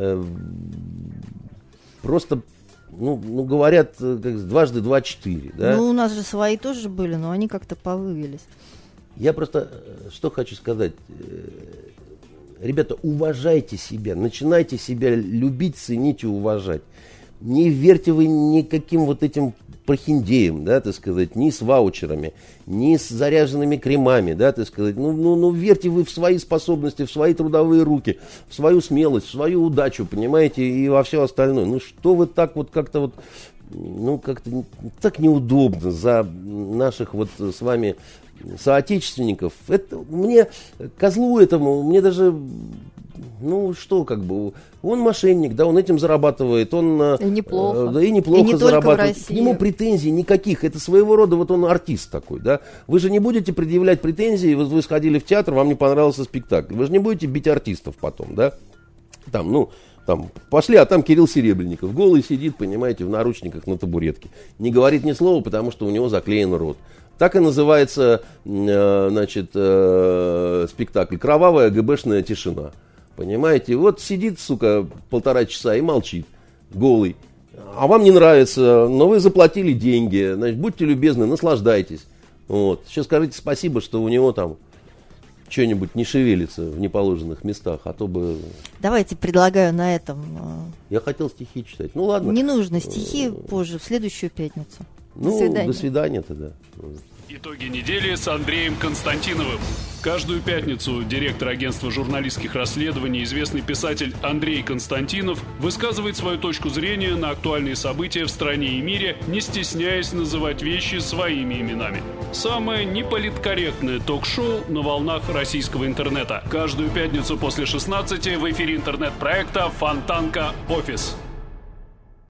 просто, говорят, как дважды два четыре, да. Ну, у нас же свои тоже были, но они как-то повывелись. Я просто что хочу сказать. Ребята, уважайте себя, начинайте себя любить, ценить и уважать. Не верьте вы никаким вот этим прохиндеям, да, так сказать, ни с ваучерами, ни с заряженными кремами, да, так сказать. Ну, верьте вы в свои способности, в свои трудовые руки, в свою смелость, в свою удачу, понимаете, и во все остальное. Ну, что вы так вот как-то вот, как-то так неудобно за наших вот с вами соотечественников. Это мне, козлу этому, мне даже, он мошенник, да, он этим зарабатывает, он и неплохо, да, и неплохо и не зарабатывает. К нему претензий никаких, это своего рода, вот он артист такой, да. Вы же не будете предъявлять претензии, вы сходили в театр, вам не понравился спектакль, вы же не будете бить артистов потом, да. Там пошли, а там Кирилл Серебренников, голый сидит, понимаете, в наручниках на табуретке. Не говорит ни слова, потому что у него заклеен рот. Так и называется, спектакль «Кровавая ГБшная тишина». Понимаете, вот сидит, сука, 1,5 часа и молчит, голый. А вам не нравится, но вы заплатили деньги, значит, будьте любезны, наслаждайтесь. Вот. Сейчас скажите спасибо, что у него там что-нибудь не шевелится в неположенных местах, а то бы... Давайте предлагаю на этом... Я хотел стихи читать. Ну ладно. Не нужно стихи позже, в следующую пятницу. До свидания тогда. Итоги недели с Андреем Константиновым. Каждую пятницу директор агентства журналистских расследований, известный писатель Андрей Константинов высказывает свою точку зрения на актуальные события в стране и мире, не стесняясь называть вещи своими именами. Самое неполиткорректное ток-шоу на волнах российского интернета. Каждую пятницу после 16 в эфире интернет-проекта «Фонтанка Офис».